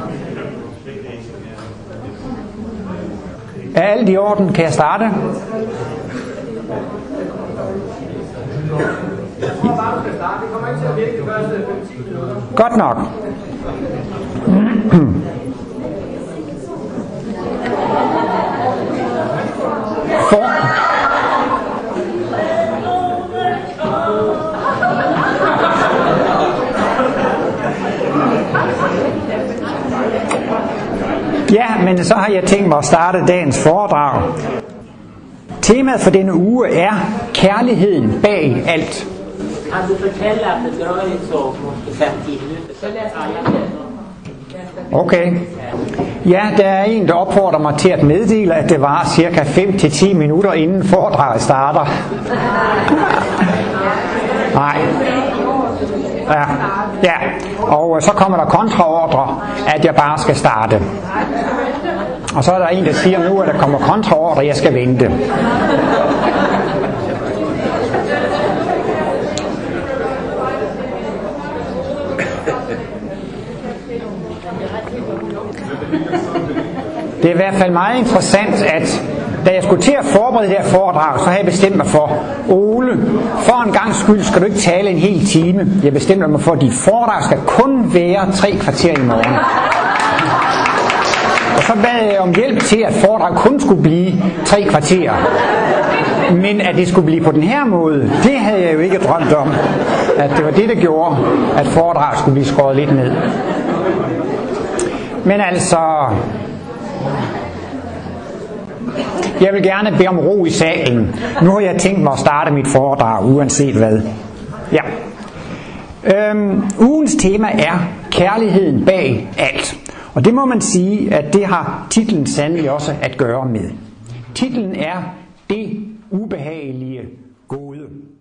Er alt i orden? Kan jeg starte? Godt nok. For Ja, men så har jeg tænkt mig at starte dagens foredrag. Temaet for denne uge er kærligheden bag alt. Kan du fortælle, at det drøjer så måske femten minutter? Så læser jeg. Okay. Ja, der er en, der opfordrer mig til at meddele, at det var cirka fem til ti minutter inden foredraget starter. Nej. Ja, ja. Og så kommer der kontraordre, at jeg bare skal starte. Og så er der en, der siger nu, at der kommer kontraordre, jeg skal vente. Det er i hvert fald meget interessant, at da jeg skulle til at forberede det her foredrag, så havde jeg bestemt mig for, Ole, for en gangs skyld skal du ikke tale en hel time. Jeg bestemte mig for, at dit foredrag skal kun være tre kvarter i morgen. Og så bad jeg om hjælp til, at foredrag kun skulle blive tre kvarter. Men at det skulle blive på den her måde, det havde jeg jo ikke drømt om. At det var det, der gjorde, at foredrag skulle blive skåret lidt ned. Men altså, jeg vil gerne bede om ro i salen. Nu har jeg tænkt mig at starte mit foredrag, uanset hvad. Ja. Øhm, ugens tema er kærligheden bag alt. Og det må man sige, at det har titlen sandelig også at gøre med. Titlen er Det ubehagelige gode.